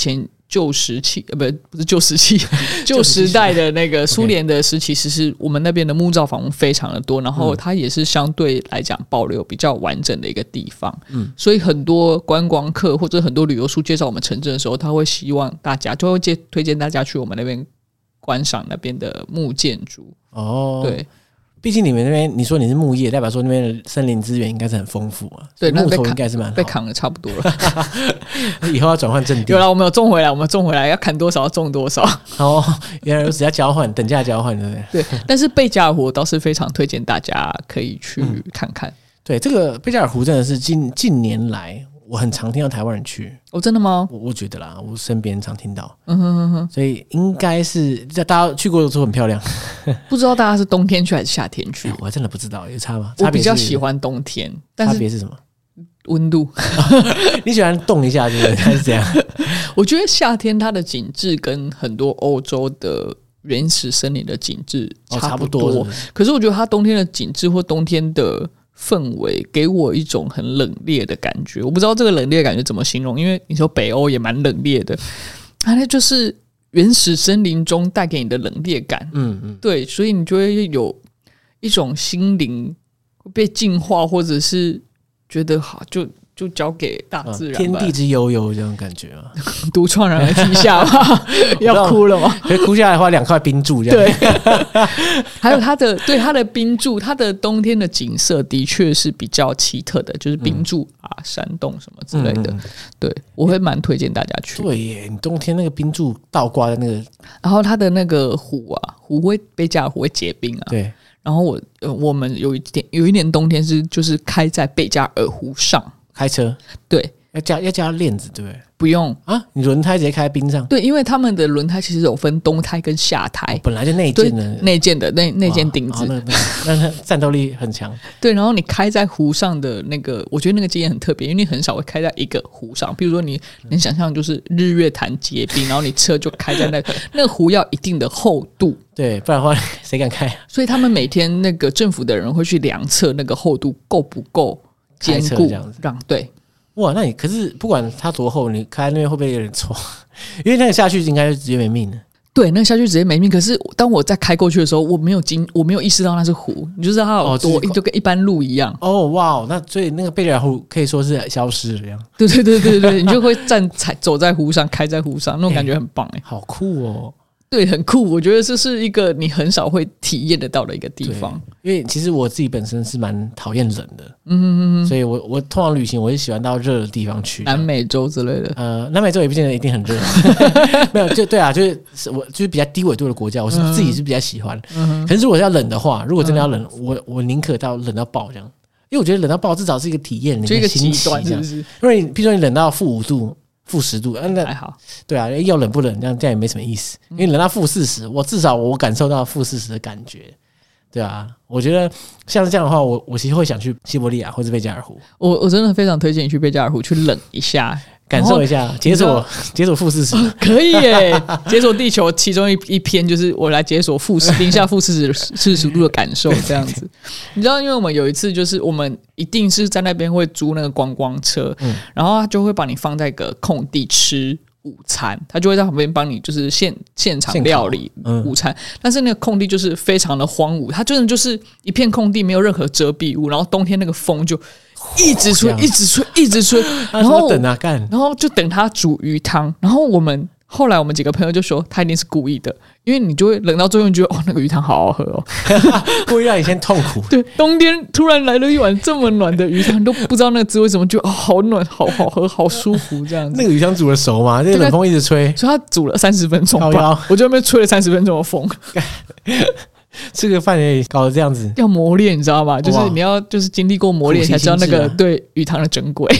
旧时期，不是旧时期，旧时代的那个苏联的时期，其实我们那边的木造房屋非常的多，然后它也是相对来讲保留比较完整的一个地方。所以很多观光客或者很多旅游书介绍我们城镇的时候，他会希望大家就会推荐大家去我们那边观赏那边的木建筑。对。 毕竟你们那边，你说你是木业，代表说那边的森林资源应该是很丰富啊。 对， 木头应该是蛮好被砍的差不多了。 以后要转换阵地。 有啦，我们有种回来，要砍多少种多少。 原来如此，要交换，等价交换，对不对？ 对，但是贝加尔湖我倒是非常推荐大家可以去看看。 对，这个贝加尔湖真的是近年来我很常听到台湾人去。 真的吗？ 我觉得啦，我身边常听到。所以应该是大家去过的时候很漂亮。 不知道大家是冬天去还是夏天去？ 我还真的不知道有差吗？ 我比较喜欢冬天，但是差别是什么？ 温度。 你喜欢动一下是不是？还是怎样？ 我觉得夏天它的景致跟很多欧洲的原始森林的景致差不多，可是我觉得它冬天的景致或冬天的氛围给我一种很冷冽的感觉。我不知道这个冷冽的感觉怎么形容，因为你说北欧也蛮冷冽的，那就是原始森林中带给你的冷冽感。对，所以你就会有一种心灵被净化，或者是觉得好就交给大自然吧， 天地之悠悠这种感觉啊。 独怆然而涕下吗？要哭了吗？ 可以哭下来的话，2块冰柱这样。 对，还有它的冰柱，它的冬天的景色的确是比较奇特的，就是冰柱山洞什么之类的。对，我会蛮推荐大家去。 对耶，你冬天那个冰柱倒挂在那个， 然后它的那个湖贝加尔湖会结冰啊。 对。 然后我们有一年冬天就是开在贝加尔湖上。 开车， 对， 要加链子，对不对？ 不用啊，你轮胎直接开在冰上。 对，因为他们的轮胎其实有分冬胎跟夏胎， 本来就内建的内建顶子， 那战斗力很强。 对，然后你开在湖上的那个，我觉得那个经验很特别，因为你很少会开在一个湖上。比如说你能想象就是日月潭结冰，然后你车就开在那个湖要一定的厚度， 对，不然的话谁敢开？ 所以他们每天那个政府的人会去量测那个厚度够不够坚固，这样对。 哇，那你可是不管它多厚，你开那边会不会有点臭？因为那个下去应该就直接没命了。 对，那个下去直接没命。可是当我在开过去的时候，我没有意识到那是湖，你就知道它有多，就跟一般路一样。 哇，那所以那个贝加尔湖可以说是消失了这样。 对，你就会走在湖上，开在湖上，那种感觉很棒好酷哦。 对，很酷。我觉得这是一个你很少会体验得到的一个地方。 因为其实我自己本身是蛮讨厌冷的，所以我通常旅行我是喜欢到热的地方去， 南美洲之类的。 南美洲也不见得一定很热，没有对啊，就是比较低纬度的国家，我是自己是比较喜欢。可是如果要冷的话，如果真的要冷，我宁可到冷到爆这样，因为我觉得冷到爆至少是一个体验， 就一个极端，是不是？ 因为譬如说你冷到-5度。-10度，那还好。 对啊，要冷不冷，这样也没什么意思。因为冷到-40，我至少我感受到-40的感觉。对啊，我觉得像是这样的话，我其实会想去西伯利亚或者贝加尔湖。 我真的非常推荐你去贝加尔湖去冷一下， 感受一下，解锁-40， 可以耶！解锁地球其中一篇就是我来解锁零下-40度的感受，这样子。你知道，因为我们有一次就是我们一定是在那边会租那个观光车，然后他就会把你放在一个空地吃午餐，他就会在旁边帮你就是现场料理午餐，但是那个空地就是非常的荒芜，它真的就是一片空地，没有任何遮蔽物，然后冬天那个风就一直吹，然后等啊干， 然后就等他煮鱼汤，然后后来我们几个朋友就说他一定是故意的，因为你就会冷到最后，你觉得那个鱼汤好好喝哦， 故意让你先痛苦。 对，冬天突然来了一碗这么暖的鱼汤，你都不知道那个滋味怎么就好暖、好好喝、好舒服这样子。 那个鱼汤煮的熟吗？这冷风一直吹， 所以他煮了30分钟吧，我就在那边吹了30分钟的风。 吃个饭也搞得这样子， 要磨练，你知道吗？就是你要就是经历过磨练才知道那个对鱼汤的珍贵。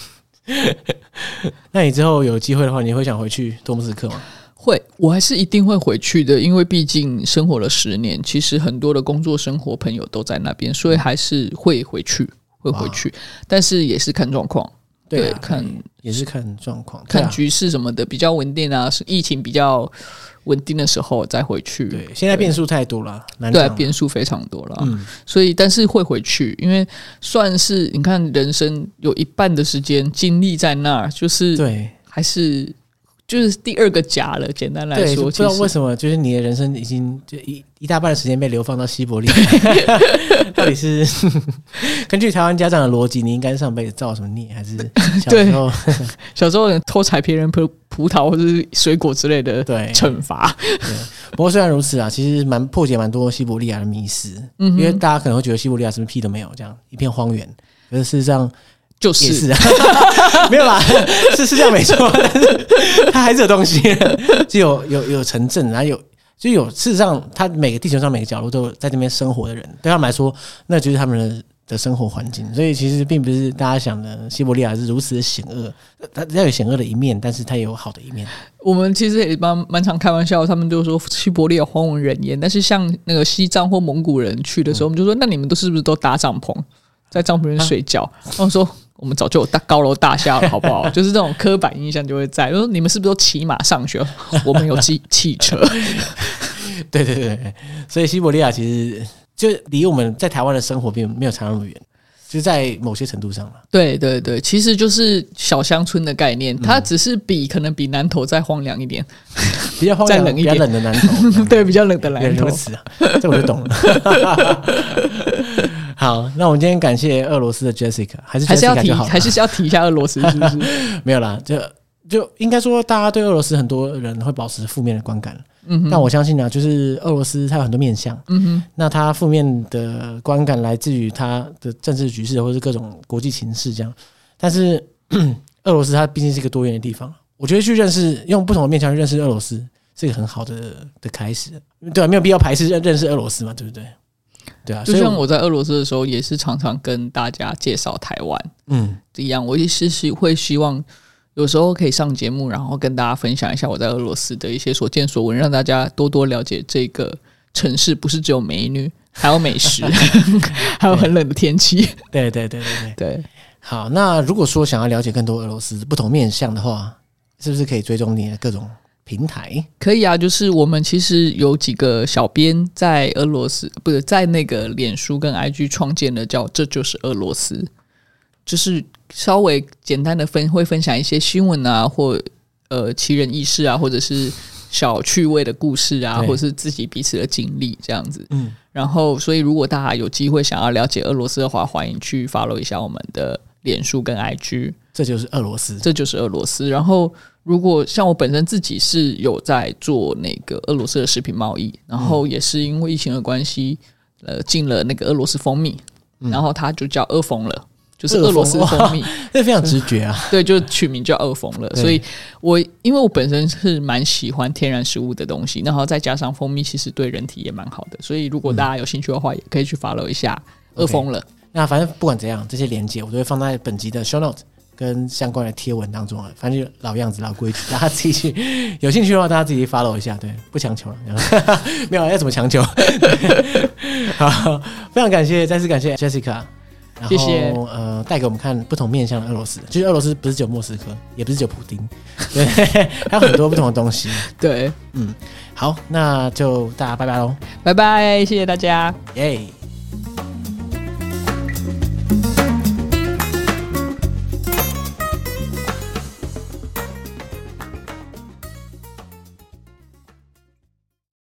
那你之后有机会的话，你会想回去多姆斯克吗？ 会，我还是一定会回去的，因为毕竟生活了10年，其实很多的工作生活朋友都在那边，所以还是会回去，但是也是看状况。对， 也是看状况， 看局势什么的，比较稳定啊，是疫情比较稳定的时候再回去。 对，现在变数太多了， 对，变数非常多了。所以但是会回去，因为算是你看人生有一半的时间经历在那儿，就是对，还是就是第二个家了。简单来说， 对，不知道为什么，就是你的人生已经就一大半的时间被流放到西伯利亚，到底是根据台湾家长的逻辑，你应该上辈子造什么孽，还是小时候偷采别人葡萄或者是水果之类的惩罚？ 对，不过虽然如此啊，其实破解蛮多西伯利亚的迷思，因为大家可能会觉得西伯利亚什么屁都没有，这样一片荒原，可是事实上。 就是也是啊，没有啦，是这样没错，但是它还是有东西，就有城镇，然后有事实上，它每个地球上每个角落都有在这边生活的人，对他们来说，那就是他们的生活环境。所以其实并不是大家想的西伯利亚是如此的险恶，它有险恶的一面，但是它也有好的一面。 我们其实也蛮常开玩笑，他们就说西伯利亚荒无人烟，但是像那个西藏或蒙古人去的时候，我们就说那你们是不是都搭帐篷，在帐篷里面睡觉？他们说。我们早就有高楼大厦了，好不好？就是这种刻板印象就会在。说你们是不是都骑马上学？我们有汽车。 对对对，所以西伯利亚其实就离我们在台湾的生活并没有差那么远，就在某些程度上了。 对对对，其实就是小乡村的概念，它只是可能比南投再荒凉一点， 比较荒凉、 再冷一点， 比较冷的南投。 对，比较冷的南投。 如此啊，这我就懂了。好，那我们今天感谢俄罗斯的 Jessica， 还是要提一下俄罗斯，是不是？ 没有啦，就应该说，大家对俄罗斯很多人会保持负面的观感，但我相信啊，就是俄罗斯它有很多面向，那它负面的观感来自于它的政治局势或是各种国际情势这样，但是俄罗斯它毕竟是一个多元的地方，我觉得去用不同的面向去认识俄罗斯是一个很好的开始，对啊，没有必要排斥认识俄罗斯嘛，对不对？对啊， 就像我在俄罗斯的时候，也是常常跟大家介绍台湾，一样。我也是会希望有时候可以上节目，然后跟大家分享一下我在俄罗斯的一些所见所闻，让大家多多了解这个城市，不是只有美女，还有美食，还有很冷的天气。 对。好，那如果说想要了解更多俄罗斯不同面向的话，是不是可以追踪你的各种平台？ 可以啊，就是我们其实有几个小编在俄罗斯，不是在那个脸书跟 IG 创建的叫这就是俄罗斯，就是稍微简单的会分享一些新闻啊，或奇人异事啊，或者是小趣味的故事啊，或者是自己彼此的经历这样子。然后所以如果大家有机会想要了解俄罗斯的话，欢迎去 follow 一下我们的脸书跟 IG。 这就是俄罗斯， 这就是俄罗斯。然后如果像我本身自己是有在做那个俄罗斯的食品贸易，然后也是因为疫情的关系进了那个俄罗斯蜂蜜，然后它就叫俄蜂了，就是俄罗斯蜂蜜， 这非常直觉啊。 对，就取名叫俄蜂了。所以因为我本身是蛮喜欢天然食物的东西，然后再加上蜂蜜其实对人体也蛮好的，所以如果大家有兴趣的话，也可以去 follow 一下俄蜂了。 那反正不管怎样，这些连结我都会放在本集的 show note跟相关的贴文当中了，反正就老样子老规矩，大家自己去有兴趣的话，大家自己 follow 一下，对，不强求了，没有要怎么强求。好，非常再次感谢 Jessica， 谢谢。 带给我们看不同面向的俄罗斯，就是俄罗斯不是只有莫斯科，也不是只有普丁，对，还有很多不同的东西。 对， 好，那就大家拜拜喽， 拜拜，谢谢大家， 耶。